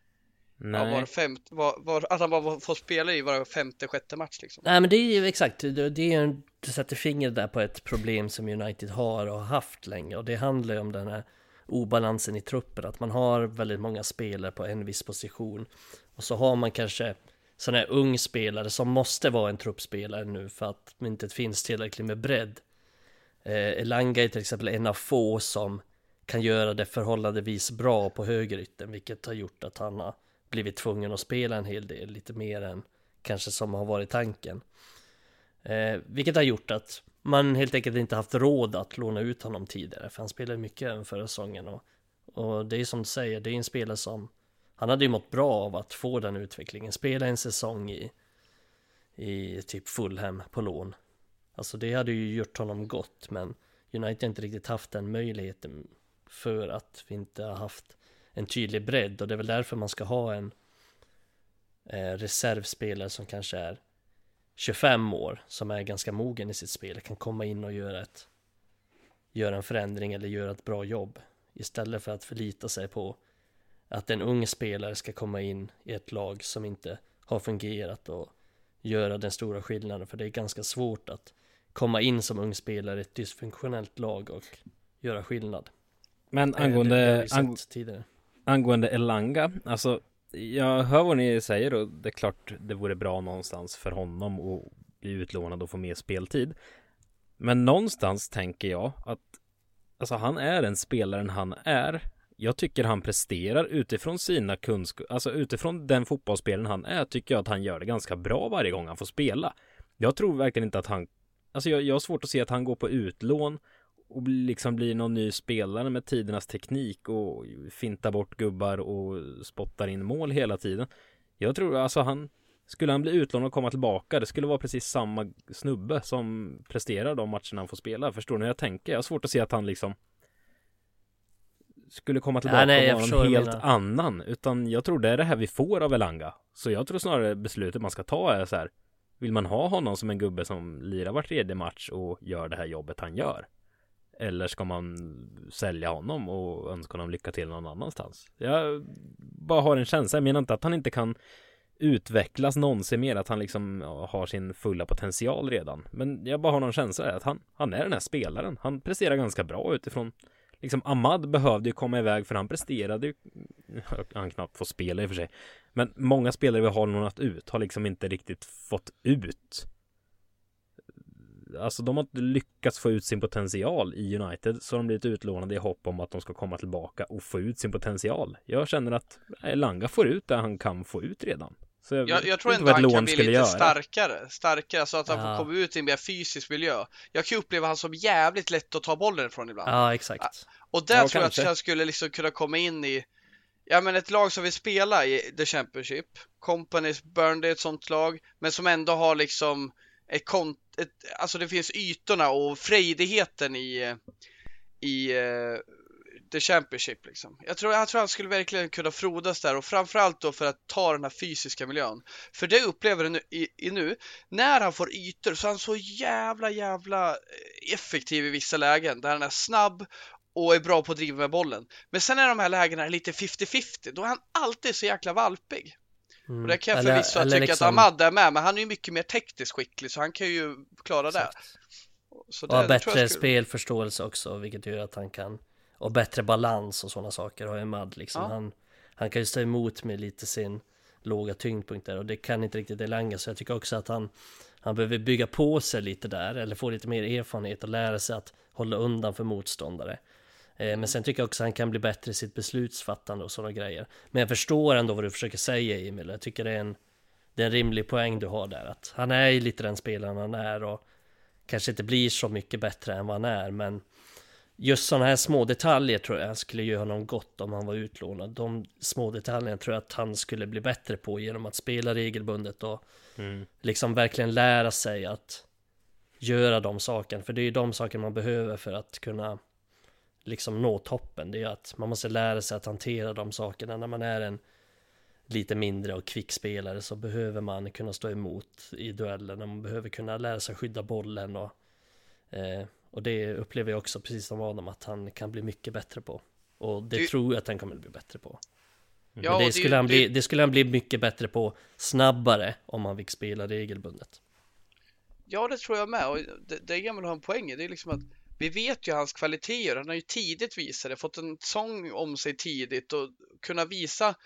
Speaker 2: att han bara får spela i var 5:e, 6:e match liksom. Nej,
Speaker 3: men det är ju exakt, du sätter fingret där på ett problem som United har och har haft länge, och det handlar ju om den här obalansen i truppen, att man har väldigt många spelare på en viss position, och så har man kanske sån här ung spelare som måste vara en truppspelare nu för att det inte finns tillräckligt med bredd. Elanga är till exempel en av få som kan göra det förhållandevis bra på högerytten, vilket har gjort att han har blivit tvungen att spela en hel del, lite mer än kanske som har varit tanken. Vilket har gjort att man helt enkelt inte haft råd att låna ut honom tidigare, för han spelade mycket även förra säsongen, och Och det är som du säger, det är en spelare som han hade ju mått bra av att få den utvecklingen, spela en säsong i typ Fulham på lån. Alltså det hade ju gjort honom gott, men United har inte riktigt haft den möjligheten för att vi inte har haft en tydlig bredd, och det är väl därför man ska ha en reservspelare som kanske är 25 år, som är ganska mogen i sitt spel, kan komma in och göra en förändring eller göra ett bra jobb, istället för att förlita sig på att en ung spelare ska komma in i ett lag som inte har fungerat och göra den stora skillnaden. För det är ganska svårt att komma in som ung spelare i ett dysfunktionellt lag och göra skillnad.
Speaker 1: Men angående Elanga, alltså jag hör vad ni säger, och det är klart det vore bra någonstans för honom att bli utlånad och få mer speltid. Men någonstans tänker jag att alltså han är den spelaren han är. Jag tycker han presterar utifrån sina kunskaper, alltså utifrån den fotbollsspelaren han är, tycker jag att han gör det ganska bra varje gång han får spela. Jag tror verkligen inte att han, alltså jag har svårt att se att han går på utlån och liksom blir någon ny spelare med tidernas teknik och fintar bort gubbar och spottar in mål hela tiden. Jag tror alltså skulle han bli utlånad och komma tillbaka, det skulle vara precis samma snubbe som presterar de matcherna han får spela. Förstår ni hur jag tänker? Jag har svårt att se att han liksom skulle komma tillbaka och vara en helt annan. Utan jag tror det är det här vi får av Elanga. Så jag tror snarare beslutet man ska ta är så här: vill man ha honom som en gubbe som lirar var tredje match och gör det här jobbet han gör? Eller ska man sälja honom och önska honom lycka till någon annanstans? Jag bara har en känsla. Jag menar inte att han inte kan utvecklas någonsin mer, att han liksom har sin fulla potential redan. Men jag bara har någon känsla att han är den här spelaren. Han presterar ganska bra utifrån liksom. Ahmad behövde ju komma iväg för han presterade ju, han knappt får spela i och för sig. Men många spelare vi har lånat ut har liksom inte riktigt fått ut. Alltså de har inte lyckats få ut sin potential i United, så de blivit utlånade i hopp om att de ska komma tillbaka och få ut sin potential. Jag känner att Elanga får ut det han kan få ut redan. Så
Speaker 2: jag tror ändå han kan bli lite starkare så att han får komma ut i en mer fysisk miljö. Jag kan uppleva han som jävligt lätt att ta bollen ifrån ibland.
Speaker 3: Ja, exakt.
Speaker 2: Och där tror jag att han skulle liksom kunna komma in i ett lag som vill spela i The Championship. Companies, Burnley, ett sånt lag, men som ändå har liksom alltså det finns ytorna och frejdigheten i The Championship liksom. Jag tror han skulle verkligen kunna frodas där, och framförallt då för att ta den här fysiska miljön. För det upplever nu, nu när han får ytor så är han så jävla effektiv i vissa lägen där han är snabb och är bra på att driva med bollen. Men sen är de här lägena lite 50-50, då är han alltid så jäkla valpig. Och det kan jag förvisso tycka liksom att Ahmad är med, men han är ju mycket mer tekniskt skicklig, så han kan ju klara det. Så
Speaker 3: och bättre spelförståelse också, vilket gör att han kan, och bättre balans och sådana saker har Ahmad liksom. Han kan ju stå emot med lite sin låga tyngdpunkt där, och det kan inte riktigt Elanga, så jag tycker också att han behöver bygga på sig lite där, eller få lite mer erfarenhet och lära sig att hålla undan för motståndare. Men sen tycker jag också att han kan bli bättre i sitt beslutsfattande och sådana grejer. Men jag förstår ändå vad du försöker säga, Emil. Jag tycker det är en rimlig poäng du har där, att han är lite den spelaren han är och kanske inte blir så mycket bättre än vad han är, men just sådana här små detaljer tror jag skulle göra honom gott om han var utlånad. De små detaljerna tror jag att han skulle bli bättre på genom att spela regelbundet och liksom verkligen lära sig att göra de sakerna. För det är ju de saker man behöver för att kunna liksom nå toppen. Det är att man måste lära sig att hantera de sakerna. När man är en lite mindre och kvick spelare så behöver man kunna stå emot i duellen. Man behöver kunna lära sig skydda bollen och det upplever jag också, precis som Adam, att han kan bli mycket bättre på. Och det tror jag att han kommer bli bättre på. Ja, men det skulle han bli mycket bättre på snabbare om han fick spela regelbundet.
Speaker 2: Ja, det tror jag med. Och det kan man ha en poäng i. Det är liksom att vi vet ju hans kvaliteter. Han har ju tidigt visat det, fått en sång om sig tidigt och kunna visa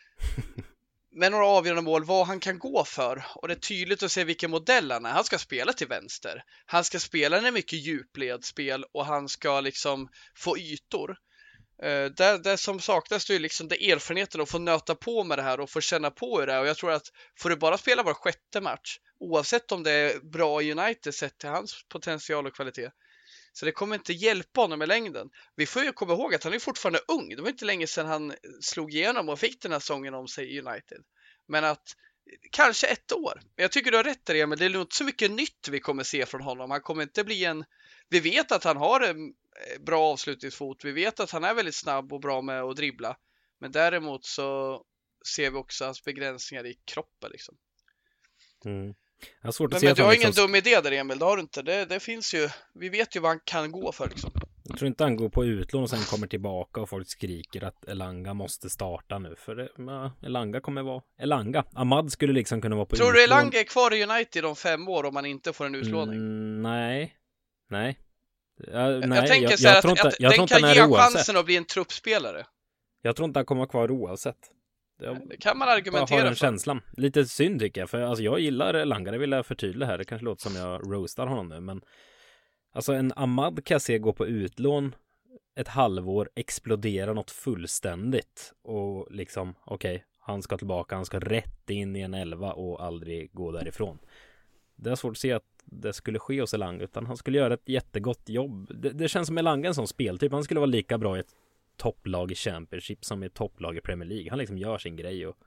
Speaker 2: med några avgörande mål vad han kan gå för. Och det är tydligt att se vilken modell han är. Han ska spela till vänster. Han ska spela en mycket djupledsspel och han ska liksom få ytor. Det som saknas är liksom det erfarenheten att få nöta på med det här och få känna på hur det är. Och jag tror att får du bara spela var sjätte match, oavsett om det är bra i United sett till hans potential och kvalitet, Så det kommer inte hjälpa honom i längden. Vi får ju komma ihåg att han är fortfarande ung. Det var inte länge sedan han slog igenom och fick den här sången om sig i United. Men att kanske 1 år. Jag tycker du har rätt där, men det är nog inte så mycket nytt vi kommer se från honom. Han kommer inte bli en... Vi vet att han har en bra avslutningsfot. Vi vet att han är väldigt snabb och bra med att dribbla. Men däremot så ser vi också hans begränsningar i kroppen liksom.
Speaker 1: Jag har svårt att
Speaker 2: men
Speaker 1: se
Speaker 2: men du har
Speaker 1: liksom...
Speaker 2: ingen dum idé där, Emil, det har du inte. Det finns ju, vi vet ju vad han kan gå för liksom.
Speaker 1: Jag tror inte han går på utlån och sen kommer tillbaka och folk skriker att Elanga måste starta nu. För det, Elanga kommer vara Elanga. Ahmad skulle liksom kunna vara på
Speaker 2: tror
Speaker 1: utlån.
Speaker 2: Tror du Elanga är kvar i United om 5 år om man inte får en utlåning?
Speaker 1: Nej. Nej.
Speaker 2: Jag tänker så här att den kan ge chansen att bli en truppspelare.
Speaker 1: Jag tror inte han kommer kvar oavsett.
Speaker 2: Det kan man argumentera
Speaker 1: för. Den
Speaker 2: för.
Speaker 1: Känslan. Lite synd tycker jag. För alltså, jag gillar Elanga, det vill jag förtydliga här. Det kanske låter som jag roastar honom nu. Men alltså en Ahmad kan jag se gå på utlån ett halvår, explodera något fullständigt. Och liksom, okej, han ska tillbaka. Han ska rätt in i en 11 och aldrig gå därifrån. Det är svårt att se att det skulle ske hos Elanga. Utan han skulle göra ett jättegott jobb. Det känns som Elanga en sån speltyp. Han skulle vara lika bra i ett topplag i Championship som i topplag i Premier League. Han liksom gör sin grej och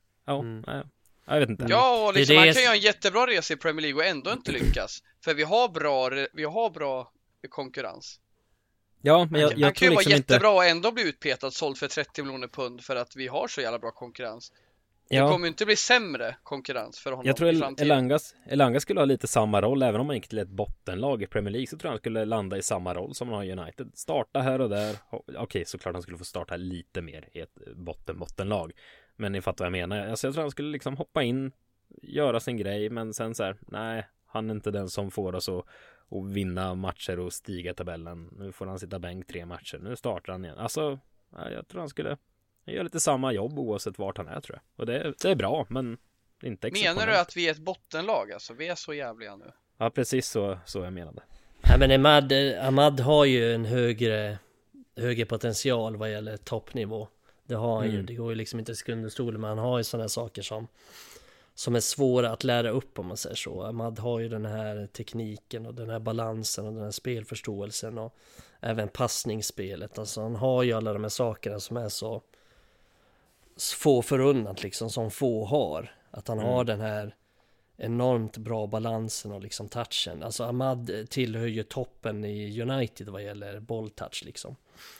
Speaker 1: jag vet inte.
Speaker 2: Ja, och liksom, han kan göra en jättebra resa i Premier League och ändå inte lyckas. För vi har bra konkurrens.
Speaker 1: Ja, men jag
Speaker 2: han kan
Speaker 1: tror
Speaker 2: ju
Speaker 1: liksom
Speaker 2: vara jättebra
Speaker 1: inte...
Speaker 2: och ändå bli utpetad, såld för 30 miljoner pund för att vi har så jävla bra konkurrens.
Speaker 1: Ja.
Speaker 2: Det kommer inte bli sämre konkurrens för honom.
Speaker 1: Jag tror
Speaker 2: i framtiden.
Speaker 1: Elanga skulle ha lite samma roll. Även om han gick till ett bottenlag i Premier League så tror jag han skulle landa i samma roll som han har i United. Starta här och där. Okej, såklart han skulle få starta lite mer i ett bottenlag. Men ni fattar vad jag menar. Alltså, jag tror han skulle liksom hoppa in, göra sin grej. Men sen så här, nej, han är inte den som får oss att vinna matcher och stiga tabellen. Nu får han sitta bänk 3 matcher. Nu startar han igen. Alltså, jag tror han skulle... Han gör lite samma jobb oavsett vart han är, tror jag. Och det är bra, men inte exceptionellt.
Speaker 2: Menar du att vi är ett bottenlag? Alltså, vi är så jävliga nu.
Speaker 1: Ja, precis så jag menade.
Speaker 3: Ja, men Ahmad har ju en högre potential vad gäller toppnivå. Det har han ju. Det går ju liksom inte sekund under stolen, men han har ju sådana saker som är svåra att lära upp, om man säger så. Ahmad har ju den här tekniken och den här balansen och den här spelförståelsen och även passningsspelet. Alltså han har ju alla de här sakerna som är så få förunnat liksom, som få har. Att han har den här enormt bra balansen och liksom touchen. Alltså Ahmad tillhör ju toppen i United vad gäller bolltouch liksom.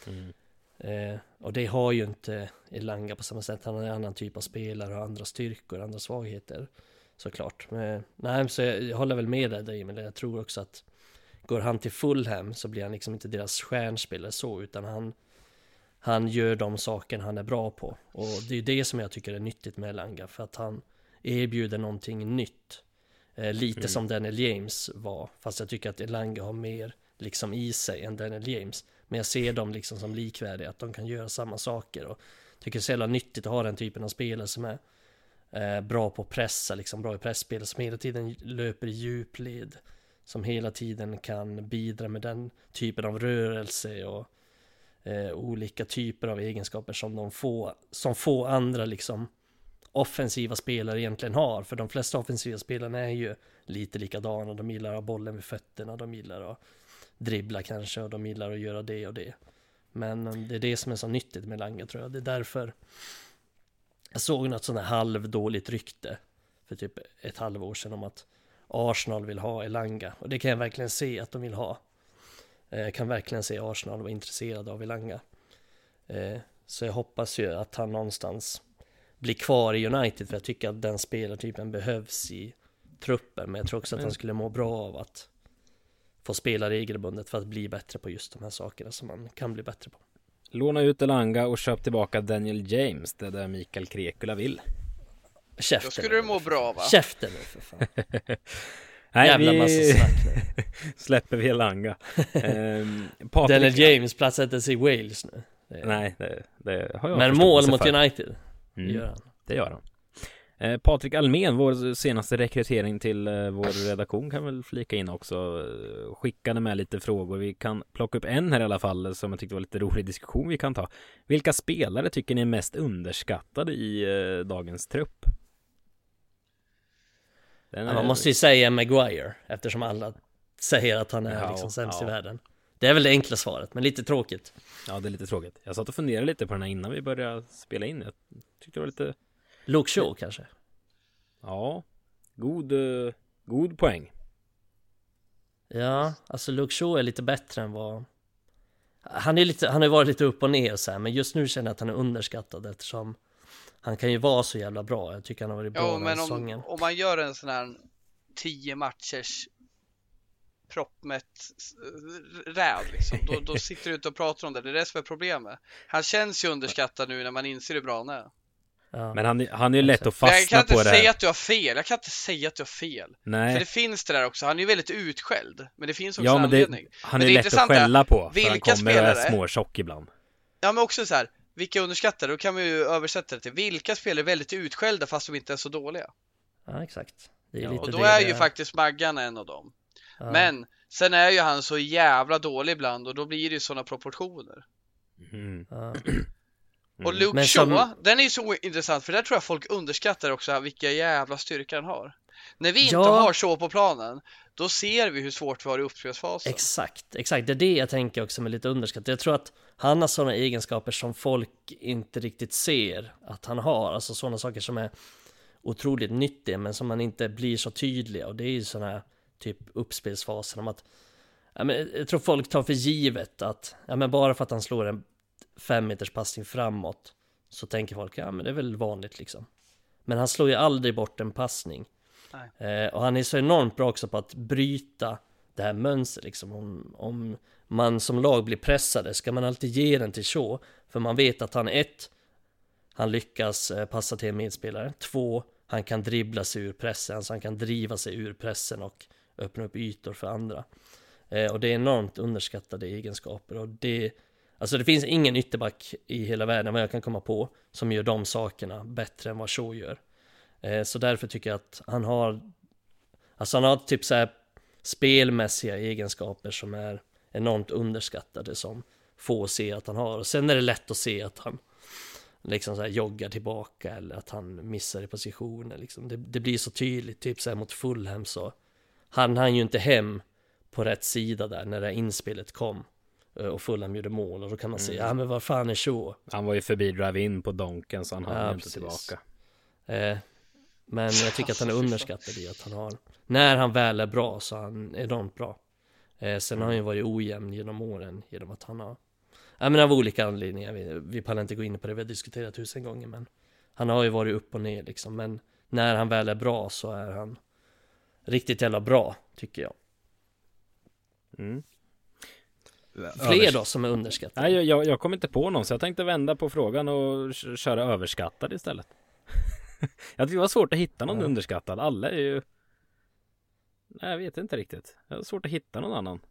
Speaker 3: Och det har ju inte Elanga på samma sätt. Han är en annan typ av spelare och andra styrkor, andra svagheter såklart. Men, nej, så jag håller väl med dig, men jag tror också att går han till Fulham så blir han liksom inte deras stjärnspelare så, utan han gör de sakerna han är bra på. Och det är det som jag tycker är nyttigt med Elanga, för att han erbjuder någonting nytt. Lite som Daniel James var, fast jag tycker att Elanga har mer liksom i sig än Daniel James. Men jag ser dem liksom som likvärdiga, att de kan göra samma saker. Och tycker det är så jävla nyttigt att ha den typen av spelare som är bra på att pressa, liksom bra i pressspel, som hela tiden löper i djupled, som hela tiden kan bidra med den typen av rörelse och olika typer av egenskaper som få andra liksom offensiva spelare egentligen har. För de flesta offensiva spelarna är ju lite likadana. De gillar att ha bollen vid fötterna, de gillar att dribbla kanske, och de gillar att göra det och det. Men det är det som är så nyttigt med Elanga, tror jag. Det är därför jag såg något sånt här halvdåligt rykte för typ ett halvår sedan om att Arsenal vill ha Elanga, och det kan jag verkligen se att de vill ha. Jag kan verkligen se Arsenal vara intresserade av Elanga. Så jag hoppas ju att han någonstans blir kvar i United, för jag tycker att den spelartypen behövs i truppen. Men jag tror också att han skulle må bra av att få spela regelbundet för att bli bättre på just de här sakerna som man kan bli bättre på.
Speaker 1: Låna ut Elanga och köp tillbaka Daniel James, det där Mikael Krekula vill.
Speaker 3: Käften.
Speaker 2: Då skulle du må bra, va?
Speaker 3: Käften nu för fan.
Speaker 1: Nej,
Speaker 3: jävla massa snack nu.
Speaker 1: Släpper vi Elanga.
Speaker 3: Daniel James platsar inte sig i Wales nu.
Speaker 1: Nej, det har jag.
Speaker 3: Men mål mot United gör han.
Speaker 1: Det gör han. Patrik Almen, vår senaste rekrytering till vår redaktion, kan väl flika in också. Skickade med lite frågor. Vi kan plocka upp en här i alla fall som jag tyckte var lite rolig diskussion vi kan ta. Vilka spelare tycker ni är mest underskattade i dagens trupp?
Speaker 3: Man måste ju säga Maguire, eftersom alla säger att han är liksom sämst i världen. Det är väl det enkla svaret, men lite tråkigt.
Speaker 1: Ja, det är lite tråkigt. Jag satt och funderade lite på den här innan vi började spela in. Jag tyckte det var lite...
Speaker 3: Luke Shaw kanske?
Speaker 1: Ja, god poäng.
Speaker 3: Ja, alltså Luke Shaw är lite bättre än vad... Han har ju varit lite upp och ner så här, men just nu känner jag att han är underskattad eftersom han kan ju vara så jävla bra. Jag tycker han har varit bra den här säsongen.
Speaker 2: Om man gör en sån här 10 matchers proppmätt räd liksom, då sitter du ute och pratar om det. Det är det som är problemet. Han känns ju underskattad nu när man inser hur bra han är.
Speaker 1: Ja. Men han är ju lätt att fastna på det.
Speaker 2: Jag kan inte säga att du har fel. Jag kan inte säga att du har fel.
Speaker 1: Nej.
Speaker 2: För det finns det där också. Han är ju väldigt utskälld. Men det finns också
Speaker 1: ja, men
Speaker 2: anledning.
Speaker 1: Han är ju lätt att skälla på. För han kommer
Speaker 2: spelare,
Speaker 1: småtjock ibland.
Speaker 2: Ja, men också så här. Vilka underskattade? Då kan vi ju översätta det till vilka spelare är väldigt utskällda fast de inte är så dåliga.
Speaker 3: Ja, exakt. Det är lite
Speaker 2: och då är ju faktiskt Maggan en av dem. Ja. Men sen är ju han så jävla dålig ibland. Och då blir det ju sådana proportioner.
Speaker 3: Ja.
Speaker 2: Och Luke Shaw, den är ju så intressant. För där tror jag folk underskattar också vilka jävla styrka han har. När vi inte har Shaw på planen, då ser vi hur svårt vi har i uppspelsfasen.
Speaker 3: Exakt. Det är det jag tänker också med lite underskatt. Jag tror att han har sådana egenskaper som folk inte riktigt ser att han har. Alltså sådana saker som är otroligt nyttiga men som man inte blir så tydliga. Och det är ju sådana här typ uppspelsfasen om att jag tror folk tar för givet att bara för att han slår en 5 meters passning framåt så tänker folk, men det är väl vanligt liksom. Men han slår ju aldrig bort en passning. Och han är så enormt bra också på att bryta det här mönstret liksom. Om man som lag blir pressade ska man alltid ge den till Shaw, för man vet att han lyckas passa till en medspelare. 2, han kan dribbla sig ur pressen, så han kan driva sig ur pressen och öppna upp ytor för andra. Och det är enormt underskattade egenskaper, och det finns ingen ytterback i hela världen vad jag kan komma på som gör de sakerna bättre än vad Shaw gör. Så därför tycker jag att han har typ så här spelmässiga egenskaper som är enormt underskattade, som få se att han har. Och sen är det lätt att se att han liksom så här joggar tillbaka eller att han missar i positioner liksom. Det blir så tydligt, typ så här mot Fulham så han ju inte hem på rätt sida där när det här inspelet kom och Fulham gjorde mål, och då kan man säga men vad fan är Shaw?
Speaker 1: Han var ju förbi drive-in på Donken, så han hann inte tillbaka.
Speaker 3: Men jag tycker att han är underskattad i att han har, när han väl är bra så är han enormt bra. Sen har han ju varit ojämn genom åren genom att han har av olika anledningar, vi pallar inte gå in på det, vi har diskuterat 1000 gånger, men han har ju varit upp och ner liksom. Men när han väl är bra så är han riktigt jävla bra, tycker jag. Fler då som är underskattade?
Speaker 1: Nej, jag kom inte på någon, så jag tänkte vända på frågan och köra överskattad istället. Jag tycker det var svårt att hitta någon underskattad. Alla är ju... Nej, jag vet inte riktigt. Det var svårt att hitta någon annan.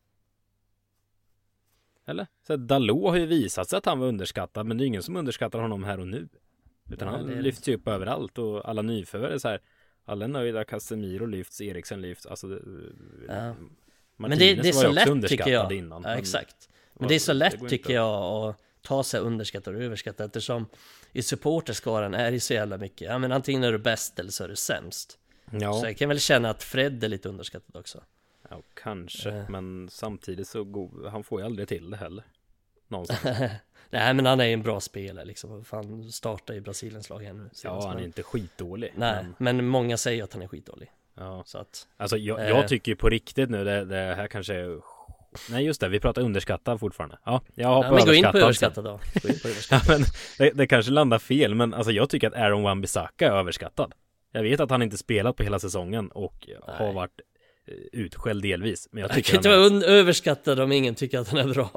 Speaker 1: Eller? Så Dalot har ju visat sig att han var underskattad, men det är ingen som underskattar honom här och nu. Utan han lyfts ju upp överallt, och alla nyförvärv är så här. Alla nöjda, Casemiro lyfts, Eriksen lyfts. Alltså,
Speaker 3: men det är så lätt, tycker jag.
Speaker 1: Innan,
Speaker 3: ja, exakt. Men det är så lätt, tycker jag, att ta sig underskattad och överskattad, eftersom i supporterskaran är det så jävla mycket. Men antingen är du bäst eller så är du sämst. Ja. Så jag kan väl känna att Fred är lite underskattad också.
Speaker 1: Ja, kanske. Men samtidigt så han får ju aldrig till det heller. Någonstans.
Speaker 3: Nej, men han är en bra spelare liksom. Han startar i Brasiliens lag här nu.
Speaker 1: Ja, han är inte skitdålig.
Speaker 3: Nej, men många säger att han är skitdålig.
Speaker 1: Ja. Så att, alltså jag tycker ju på riktigt nu, det här kanske är... Nej, just det, vi pratar underskattad fortfarande. Ja, jag har på
Speaker 3: men gå in på överskattad då.
Speaker 1: Ja, men det kanske landar fel, men alltså jag tycker att Aaron Wan-Bissaka är överskattad. Jag vet att han inte spelat på hela säsongen och har varit utskälld delvis, men jag tycker
Speaker 3: han kan inte vara överskattad om ingen tycker att han är bra.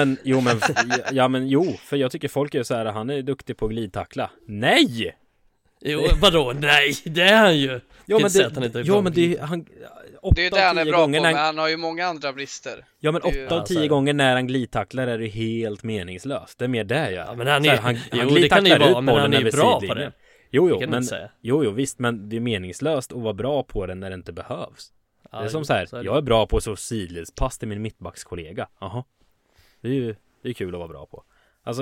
Speaker 1: Jo, för jag tycker folk är så här, han är duktig på att glidtackla. Nej!
Speaker 3: Jo, vadå? Nej, det är han ju.
Speaker 1: Ja, men det han
Speaker 2: det är ju det han är bra på, men han har ju många andra brister.
Speaker 1: Ja, men 8 av 10 gånger när han glidtacklar är det helt meningslöst. Det är mer det jag.
Speaker 3: Ja, men han det kan ju vara, men han är ju bra på det.
Speaker 1: Jo, visst, men det är meningslöst att vara bra på det när det inte behövs. Ja, det är som så här, jag är bra på så sidledspass till min mittbackskollega. Jaha. Det är ju kul att vara bra på. Alltså,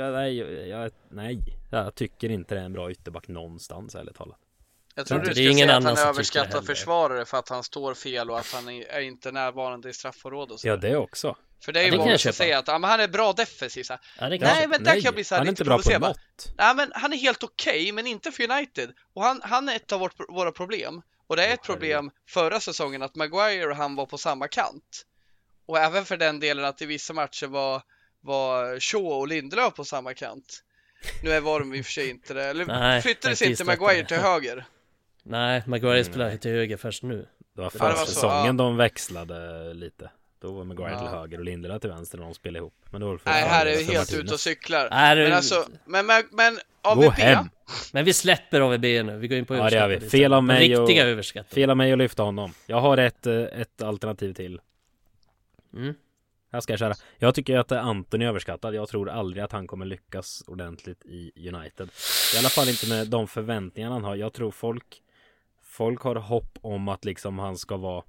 Speaker 1: jag tycker inte det är en bra ytterback någonstans, ärligt talat.
Speaker 2: Jag tror du ska säga att han är överskattad försvarare för att han står fel och att han är inte närvarande i straffområdet.
Speaker 1: Ja, det också.
Speaker 2: För det är ju många som säger att men han är bra defensivt. Nej, men där kan jag bli så här,
Speaker 1: han är inte bra på något.
Speaker 2: Nej, men han är helt okej, men inte för United. Och han är ett av våra problem. Och det är ett problem förra säsongen att Maguire och han var på samma kant. Och även för den delen att i vissa matcher var Shaw och Lindelöf på samma kant. Nu var de i och för sig inte det. Eller flyttades inte Maguire till höger?
Speaker 3: Nej, Maguire spelar till höger först nu.
Speaker 1: Det var förra säsongen de växlade lite. Då var Maguire till höger och Lindelöf till vänster när de spelade ihop. Men då
Speaker 2: nej, här är vi helt ute och cyklar. Men alltså, men AVB.
Speaker 3: Men vi släpper AVB nu. Vi går in på
Speaker 1: överskattade. Ja, det fel av mig
Speaker 3: riktiga överskattade.
Speaker 1: Fel av mig att lyfta honom. Jag har ett alternativ till. Jag ska köra. Jag tycker att Antony är överskattad. Jag tror aldrig att han kommer lyckas ordentligt i United. I alla fall inte med de förväntningarna han har. Jag tror folk har hopp om att liksom han ska vara,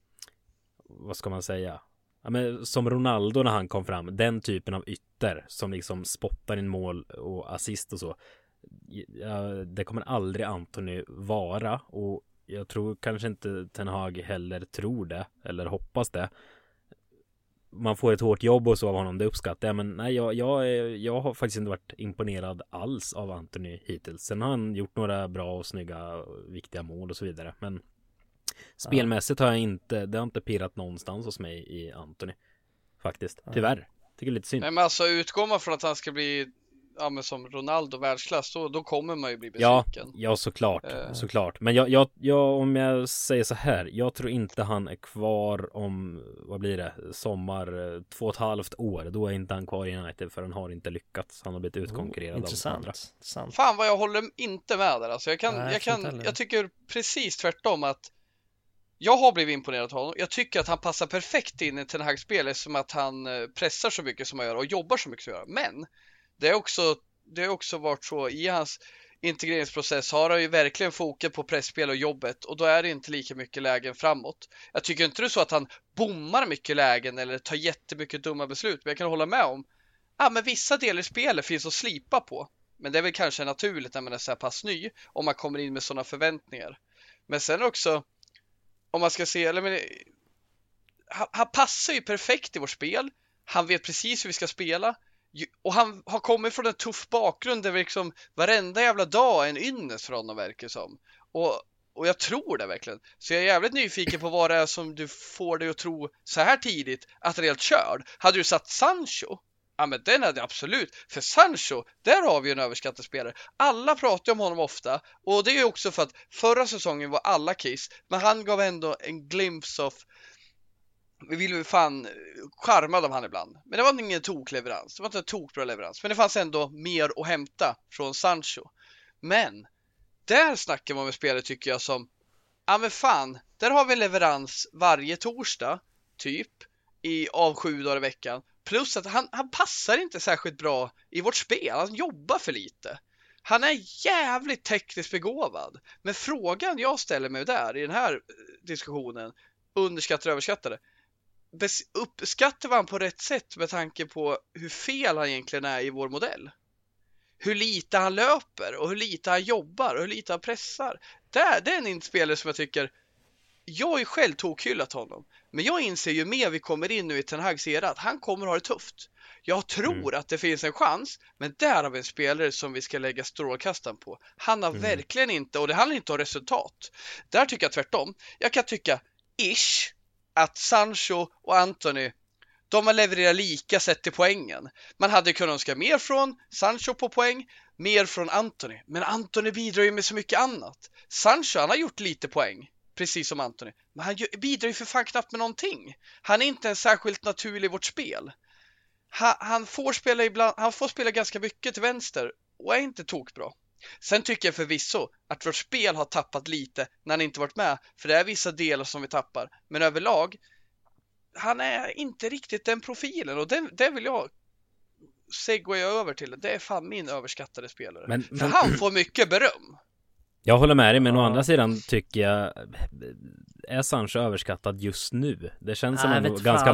Speaker 1: vad ska man säga? Ja, men som Ronaldo när han kom fram. Den typen av ytter som liksom spottar in mål och assist och så. Ja, det kommer aldrig Antony vara. Och jag tror kanske inte Ten Hag heller tror det. Eller hoppas det. Man får ett hårt jobb och så av honom, det uppskattar jag. Men nej, jag har faktiskt inte varit imponerad alls av Antony hittills. Sen har han gjort några bra och snygga viktiga mål och så vidare. Men spelmässigt har det har inte pirrat någonstans hos mig i Antony. Faktiskt, tyvärr. Tycker det är lite synd.
Speaker 2: Men alltså utgår man från att han ska bli men som Ronaldo världsklass, då kommer man ju bli besviken.
Speaker 1: Ja, såklart. Men jag om jag säger så här, jag tror inte han är kvar om, vad blir det, sommar 2,5 år. Då är inte han kvar i United för han har inte lyckats. Han har blivit utkonkurrerad av andra.
Speaker 2: Intressant. Fan vad jag håller inte med där. Alltså jag tycker precis tvärtom att jag har blivit imponerad av honom. Jag tycker att han passar perfekt in i Ten Hag spel som att han pressar så mycket som han gör och jobbar så mycket som han gör. Men det har också varit så i hans integreringsprocess har han ju verkligen fokus på pressspel och jobbet och då är det inte lika mycket lägen framåt. Jag tycker inte det är så att han bommar mycket lägen eller tar jättemycket dumma beslut, men jag kan hålla med om men vissa delar i spelet finns att slipa på. Men det är väl kanske naturligt när man är så här pass ny om man kommer in med sådana förväntningar. Men sen också om man ska se, han passar ju perfekt i vårt spel. Han vet precis hur vi ska spela. Och han har kommit från en tuff bakgrund där liksom varenda jävla dag är en ynnest för honom verkar som. Och jag tror det verkligen. Så jag är jävligt nyfiken på vad det är som du får dig att tro så här tidigt att det är helt körd. Hade du satt Sancho? Ja, men den hade absolut. För Sancho, där har vi en överskattad spelare. Alla pratar om honom ofta. Och det är också för att förra säsongen var alla kiss. Men han gav ändå en glimpse of... Vi vill ju fan charmad av han ibland. Men det var ingen tokleverans. Det var inte en tokbra leverans. Men det fanns ändå mer att hämta från Sancho. Men där snackar man med spelare tycker jag som men fan, där har vi en leverans varje torsdag typ av 7 dagar i veckan. Plus att han passar inte särskilt bra i vårt spel. Han jobbar för lite. Han är jävligt tekniskt begåvad. Men frågan jag ställer mig där i den här diskussionen, underskattade och överskattade, uppskattar man på rätt sätt med tanke på hur fel han egentligen är i vår modell? Hur lite han löper och hur lite han jobbar och hur lite han pressar. Det är en inspelare som jag tycker, jag är själv tokhyllat honom, men jag inser ju mer vi kommer in nu i Ten Hags era att han kommer ha det tufft. Jag tror att det finns en chans, men där har vi en spelare som vi ska lägga strålkastan på. Han har verkligen inte, och det handlar inte om resultat. Där tycker jag tvärtom. Jag kan tycka att Sancho och Antony, de har levererat lika sett till poängen. Man hade kunnat önska mer från Sancho på poäng, mer från Antony. Men Antony bidrar ju med så mycket annat. Sancho, han har gjort lite poäng, precis som Antony. Men han bidrar ju för fan knappt med någonting. Han är inte en särskilt naturlig i vårt spel. Han får spela ganska mycket till vänster och är inte tokbra. Sen tycker jag förvisso att vårt spel har tappat lite när han inte varit med. För det är vissa delar som vi tappar. Men överlag, han är inte riktigt den profilen. Och det vill jag segwaya över till. Det är fan min överskattade spelare. För han får mycket beröm.
Speaker 1: Jag håller med dig, men å andra sidan tycker jag är Sancho överskattad just nu. Det känns som att ganska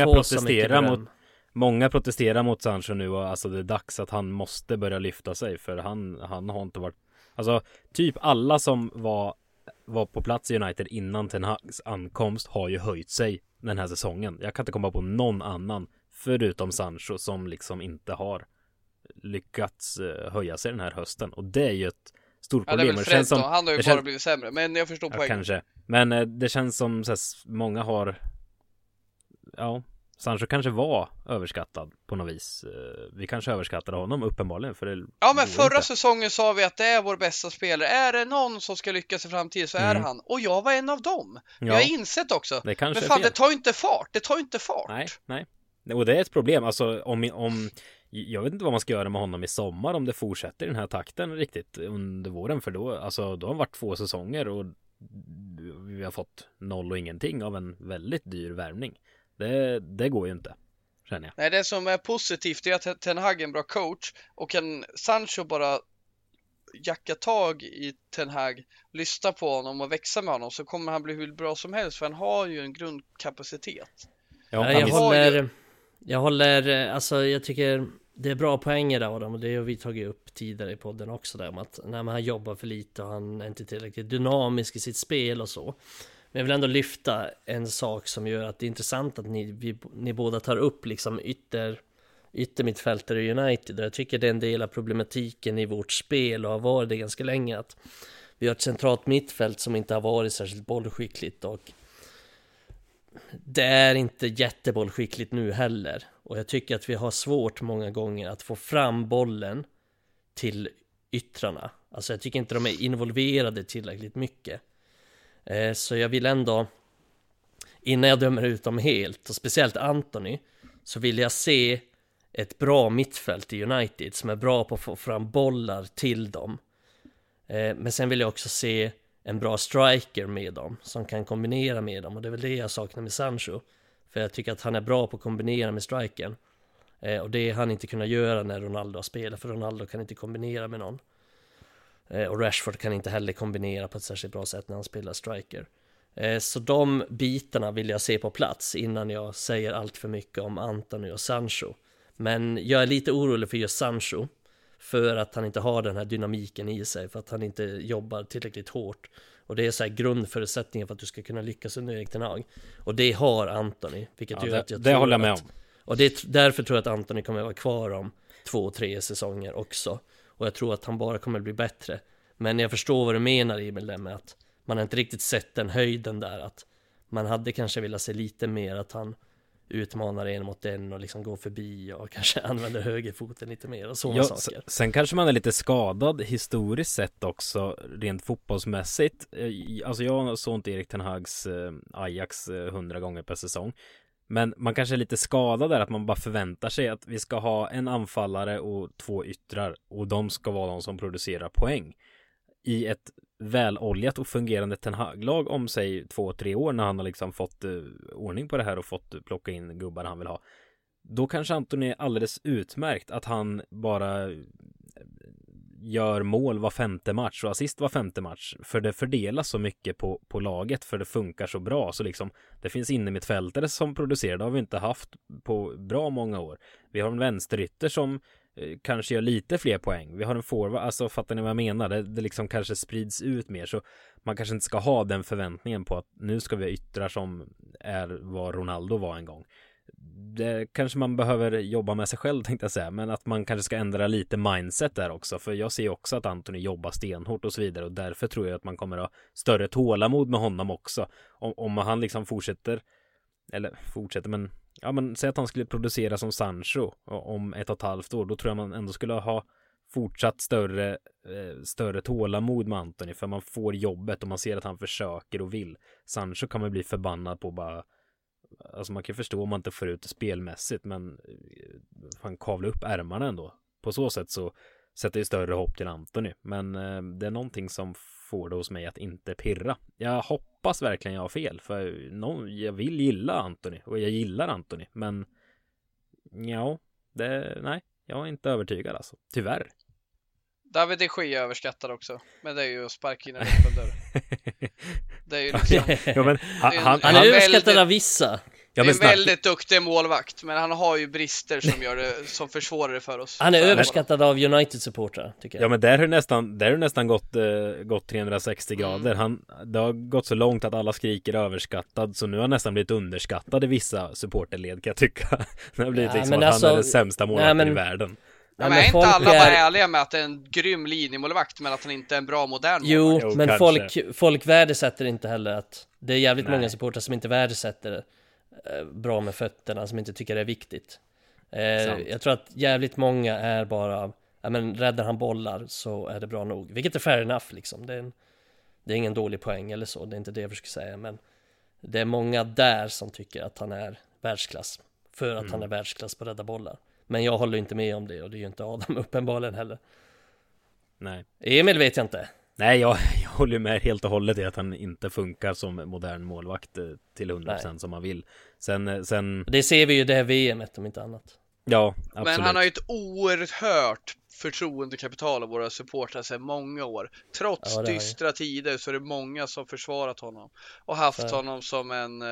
Speaker 1: många protesterar mot Sancho nu och alltså det är dags att han måste börja lyfta sig för han har inte varit, alltså typ alla som var var på plats i United innan Ten Hags ankomst har ju höjt sig den här säsongen. Jag kan inte komma på någon annan förutom Sancho som liksom inte har lyckats höja sig den här hösten. Och det är ju ett stort problem.
Speaker 2: Ja, det är väl Fred då. Han har ju bara blivit sämre. Men jag förstår poängen.
Speaker 1: Kanske. Men det känns som så här, många har... Ja, Sancho kanske var överskattad på något vis. Vi kanske överskattade honom uppenbarligen. För det
Speaker 2: men förra säsongen sa vi att det är vår bästa spelare. Är det någon som ska lyckas i framtiden så är det han. Och jag var en av dem. Ja. Jag har insett också. Men fan, det tar inte fart. Det tar inte fart.
Speaker 1: Nej. Och det är ett problem. Alltså om jag vet inte vad man ska göra med honom i sommar om det fortsätter i den här takten riktigt under våren. För då har det varit 2 säsonger och vi har fått 0 och ingenting av en väldigt dyr värvning. Det går ju inte, känner jag.
Speaker 2: Nej, det som är positivt är att Ten Hag är en bra coach och kan Sancho bara jacka tag i Ten Hag, lyssna på honom och växa med honom, så kommer han bli hur bra som helst, för han har ju en grundkapacitet.
Speaker 3: Jag håller, alltså jag tycker det är bra poänger där, Adam, och det har vi tagit upp tidigare i podden också där, om att när man jobbar för lite och han är inte tillräckligt dynamisk i sitt spel och så. Men jag vill ändå lyfta en sak som gör att det är intressant att ni båda tar upp liksom yttermittfältare i United. Jag tycker det är en del av problematiken i vårt spel och har varit det ganska länge, att vi har ett centralt mittfält som inte har varit särskilt bollskickligt, och det är inte jättebollskickligt nu heller. Och jag tycker att vi har svårt många gånger att få fram bollen till yttrarna. Alltså jag tycker inte de är involverade tillräckligt mycket. Så jag vill ändå, innan jag dömer ut dem helt, och speciellt Antony, så vill jag se ett bra mittfält i United som är bra på att få fram bollar till dem. Men sen vill jag också se en bra striker med dem som kan kombinera med dem, och det är väl det jag saknar med Sancho, för jag tycker att han är bra på att kombinera med strikern, och det är han inte kunna göra när Ronaldo spelar, för Ronaldo kan inte kombinera med någon, och Rashford kan inte heller kombinera på ett särskilt bra sätt när han spelar striker. Så de bitarna vill jag se på plats innan jag säger allt för mycket om Antony och Sancho. Men jag är lite orolig för just Sancho, för att han inte har den här dynamiken i sig, för att han inte jobbar tillräckligt hårt. Och det är så här grundförutsättningen för att du ska kunna lyckas under Erik Ten Hag. Och det har Antony, vilket gör att jag
Speaker 1: det
Speaker 3: tror
Speaker 1: håller jag med om.
Speaker 3: Och därför tror jag att Antony kommer att vara kvar om 2-3 säsonger också. Och jag tror att han bara kommer att bli bättre. Men jag förstår vad du menar, Emil, med att man har inte riktigt sett den höjden där. Att man hade kanske velat se lite mer att han utmanar en mot en och liksom går förbi och kanske använder högerfoten lite mer och sådana saker.
Speaker 1: Sen kanske man är lite skadad historiskt sett också, rent fotbollsmässigt. Alltså jag såg inte Erik Ten Hags Ajax 100 gånger per säsong. Men man kanske är lite skadad där, att man bara förväntar sig att vi ska ha en anfallare och 2 yttrar, och de ska vara de som producerar poäng. I ett väloljat och fungerande Ten Hag-lag om sig 2-3 år, när han har liksom fått ordning på det här och fått plocka in gubbar han vill ha, då kanske Antony är alldeles utmärkt att han bara gör mål var 5:e match och assist var 5:e match, för det fördelas så mycket på laget, för det funkar så bra, så liksom det finns inne mittfältare som producerar. Det har vi inte haft på bra många år. Vi har en vänsterytter som kanske gör lite fler poäng. Vi har en forward, alltså fattar ni vad jag menar? Det liksom kanske sprids ut mer, så man kanske inte ska ha den förväntningen på att nu ska vi ha yttrar som är vad Ronaldo var en gång. Det kanske man behöver jobba med sig själv, tänkte jag säga, men att man kanske ska ändra lite mindset där också, för jag ser också att Antony jobbar stenhårt och så vidare, och därför tror jag att man kommer att ha större tålamod med honom också, om han liksom fortsätter, men ja, men säg att han skulle producera som Sancho om 1,5 år, då tror jag man ändå skulle ha fortsatt större tålamod med Antony, för man får jobbet och man ser att han försöker och vill. Sancho kan man bli förbannad på bara, alltså man kan förstå om man inte får ut det spelmässigt, men han kavlar upp ärmarna ändå. På så sätt så sätter det större hopp till Antony, men det är någonting som får det hos mig att inte pirra. Jag hoppas verkligen jag har fel, för jag vill gilla Antony och jag gillar Antony, men ja, nej, jag är inte övertygad alltså, tyvärr.
Speaker 2: David de Gea överskattad också, men det är ju spark in en öppen dörr. Det är ju liksom,
Speaker 1: ja, men
Speaker 3: han är överskattad av vissa.
Speaker 2: Det är en väldigt duktig målvakt, men han har ju brister som försvårar det för oss.
Speaker 3: Han är överskattad av United-supportrar, tycker jag.
Speaker 1: Ja, men där har det nästan gått 360 grader. Det har gått så långt att alla skriker överskattad, så nu har han nästan blivit underskattad i vissa supporterled, kan jag tycka. Det har blivit liksom att han är den sämsta målvakten i världen.
Speaker 2: Ja, men är inte alla bara ärliga med att det är en grym linjemålvakt, men att han inte är en bra modern målvakt?
Speaker 3: Jo, men folk värdesätter inte heller att det är jävligt många supportrar som inte värdesätter bra med fötterna, som inte tycker det är viktigt. Jag tror att jävligt många är bara, räddar han bollar så är det bra nog. Vilket är fair enough liksom. Det är ingen dålig poäng eller så, det är inte det jag försöker säga. Men det är många där som tycker att han är världsklass, för att han är världsklass på att rädda bollar. Men jag håller inte med om det, och det är ju inte Adam uppenbarligen heller.
Speaker 1: Nej.
Speaker 3: Emil vet jag inte.
Speaker 1: Nej, jag håller med helt och hållet i att han inte funkar som modern målvakt till 100% som man vill. Sen... Det
Speaker 3: ser vi ju det här VM:et om inte annat.
Speaker 1: Ja, absolut.
Speaker 2: Men han har ju ett oerhört förtroendekapital av våra supportrar sedan många år. Trots dystra tider så är det många som försvarat honom och haft honom som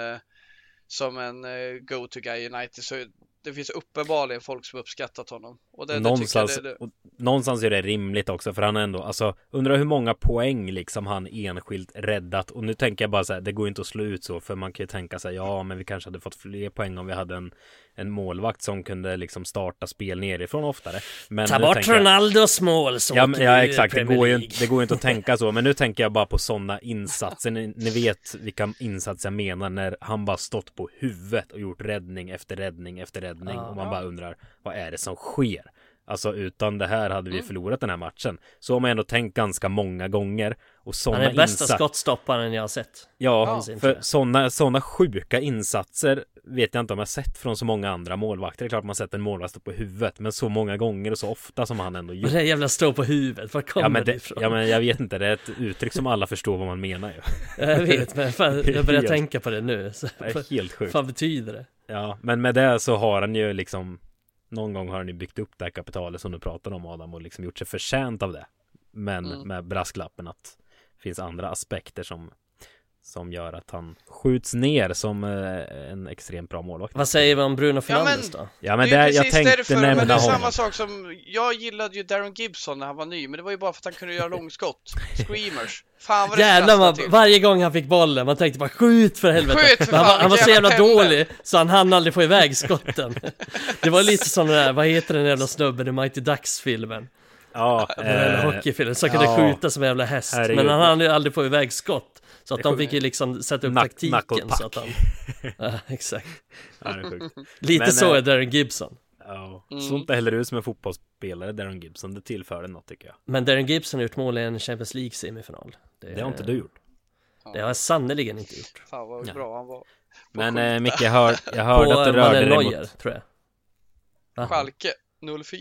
Speaker 2: en go-to guy i United. Så det finns uppenbarligen folk som uppskattat honom. Och
Speaker 1: någonstans är det rimligt också, för han är ändå, alltså, undrar hur många poäng liksom han enskilt räddat. Och nu tänker jag bara så här, det går inte att slå ut så, för man kan ju tänka sig, ja, men vi kanske hade fått fler poäng om vi hade en målvakt som kunde liksom starta spel nerifrån oftare. Men
Speaker 3: ta bort Ronaldos mål så
Speaker 1: ja, exakt, det går ju inte att tänka så. Men nu tänker jag bara på sådana insatser. Ni vet vilka insatser jag menar, när han bara stått på huvudet och gjort räddning efter räddning efter räddning. Och man bara undrar, vad är det som sker? Alltså utan det här hade vi förlorat den här matchen. Så har man ändå tänkt ganska många gånger. Och
Speaker 3: han är bästa skottstopparen jag har sett.
Speaker 1: Ja, för sådana sjuka insatser vet jag inte om jag sett från så många andra målvakter. Det är klart man sett en målvakt stå på huvudet, men så många gånger och så ofta som han ändå gjort.
Speaker 3: Det jävla stå på huvudet, var kommer det ifrån?
Speaker 1: Ja, men jag vet inte, det är ett uttryck som alla förstår vad man menar ju.
Speaker 3: Jag vet, men fan, jag börjar tänka på det nu så,
Speaker 1: det är helt sjukt.
Speaker 3: Vad betyder det?
Speaker 1: Ja, men med det så har han ju liksom, någon gång har han ju byggt upp det här kapitalet som du pratar om, Adam, och liksom gjort sig förtjänt av det. Men med brasklappen att det finns andra aspekter som gör att han skjuts ner som en extremt bra målvakt.
Speaker 3: Vad säger vi om Bruno Fernandes då?
Speaker 1: Ja, men det jag tänkte nämna
Speaker 2: men det är
Speaker 1: honom.
Speaker 2: samma sak som, jag gillade ju Darren Gibson när han var ny, men det var ju bara för att han kunde göra långskott. Screamers. Fan vad det
Speaker 3: jävlar, varje gång han fick bollen, man tänkte bara skjut för helvete.
Speaker 2: Skjut för
Speaker 3: han var så jävla dålig så han hann aldrig få iväg skotten. Det var lite som den där, vad heter den jävla snubben i Mighty Ducks-filmen?
Speaker 1: Ja,
Speaker 3: den där hockeyfilmen som kunde skjuta som en jävla häst. Men han hann aldrig få iväg skott. Så att de fick ju liksom sätta upp taktiken så att han... Ja, exakt.
Speaker 1: Ja, det är sjukt.
Speaker 3: Lite så är Darren Gibson.
Speaker 1: Ja, så inte heller ut som en fotbollsspelare, Darren Gibson. Det tillförde något, tycker jag.
Speaker 3: Men Darren Gibson har gjort mål i en Champions League-semifinal.
Speaker 1: Det har inte du gjort.
Speaker 3: Det har jag sannoliken inte gjort.
Speaker 2: Fan vad bra han var.
Speaker 1: Men Micke, jag hörde att du rörde dig mot...
Speaker 3: tror jag.
Speaker 2: Schalke 04.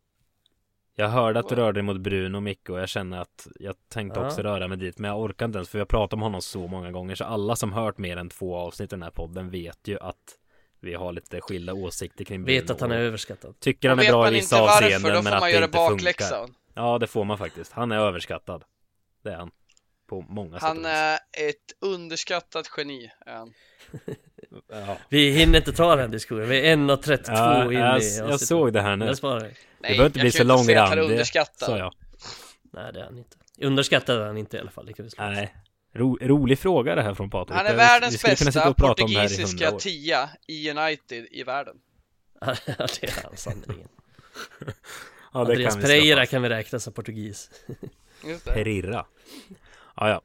Speaker 1: Jag hörde att du rörde dig mot Bruno, Micke, och jag känner att jag tänkte också röra mig dit, men jag orkar inte ens, för jag pratar om honom så många gånger, så alla som hört mer än 2 avsnitt i den här podden vet ju att vi har lite skilda åsikter kring Bruno.
Speaker 3: Vet att han är överskattad.
Speaker 1: Tycker han är bra i vissa avseenden, men att det inte
Speaker 2: bakläxa.
Speaker 1: Funkar. Ja, det får man faktiskt. Han är överskattad. Det är han. På många sätt.
Speaker 2: Han är ett underskattat geni, är han.
Speaker 1: Ja.
Speaker 3: Vi hinner inte ta den diskussionen. Vi är 1.32 in i
Speaker 1: jag såg det här nu.
Speaker 2: Nej,
Speaker 1: det behöver inte bli så långrandig.
Speaker 2: Det.
Speaker 3: Nej, det är han inte. Underskattad är han inte i alla fall. Det kan vi slå.
Speaker 1: Nej. Rolig fråga det här från Patrik.
Speaker 2: Han är världens bästa portugisiska 10 i United i världen.
Speaker 3: Ja, det är han sannoliken.
Speaker 1: Ja,
Speaker 3: Andreas Pereira kan vi räkna som portugis.
Speaker 2: Just det.
Speaker 1: Pereira. Ja.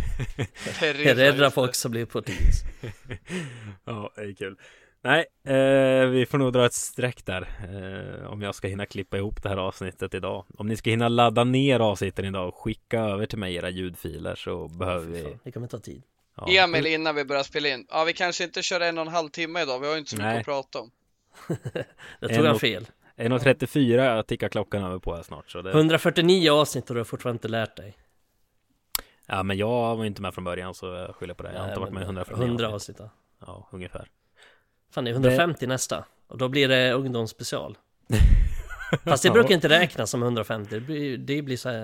Speaker 3: Pereira får också bli portugis.
Speaker 1: Ja, det är kul. Nej, vi får nog dra ett streck där. Om jag ska hinna klippa ihop det här avsnittet idag. Om ni ska hinna ladda ner avsnitten idag och skicka över till mig era ljudfiler, så behöver vi...
Speaker 3: Det kommer ta tid.
Speaker 2: Ja. Emil, innan vi börjar spela in. Ja, vi kanske inte kör 1,5 timme idag. Vi har ju inte så mycket att prata om.
Speaker 3: Jag tror jag fel.
Speaker 1: 1.34 tickar klockan över på här snart. Så det...
Speaker 3: 149 avsnitt och du har fortfarande inte lärt dig.
Speaker 1: Ja, men jag var inte med från början, så jag skyller på det. Jag har inte varit med i
Speaker 3: 100 avsnitt då.
Speaker 1: Ja, ungefär.
Speaker 3: Fan, det är 150 nästa. Och då blir det ungdomsspecial. Fast det brukar inte räknas som 150. Det blir så här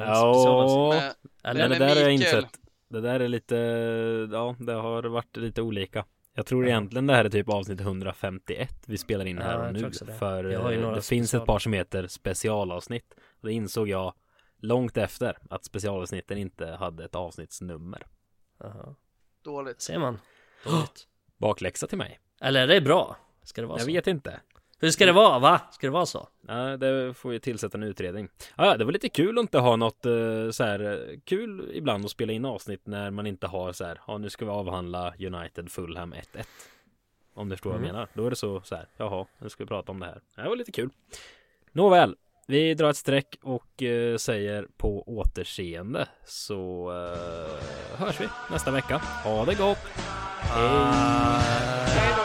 Speaker 3: special.
Speaker 1: Eller det där har jag insett. Det där är lite... Ja, det har varit lite olika. Jag tror egentligen det här är typ avsnitt 151 vi spelar in här och nu. För det finns ett par som heter specialavsnitt. Och det insåg jag långt efter att specialavsnitten inte hade ett avsnittsnummer.
Speaker 3: Aha.
Speaker 2: Dåligt.
Speaker 3: Ser man. Dåligt.
Speaker 1: Bakläxa till mig.
Speaker 3: Eller är det bra? Ska det vara
Speaker 1: jag
Speaker 3: så?
Speaker 1: vet inte.
Speaker 3: Hur ska det vara, va? Ska det vara så?
Speaker 1: Nej, det får vi tillsätta en utredning. Ja, det var lite kul att inte ha något så här kul ibland att spela in avsnitt när man inte har så här, ja nu ska vi avhandla United Fulham 1-1. Om du förstår vad jag menar. Då är det så här, jaha, nu ska vi prata om det här. Det var lite kul. Nåväl, vi drar ett streck och säger på återseende. Så hörs vi nästa vecka. Ha det gott! Hej!
Speaker 2: Hej då!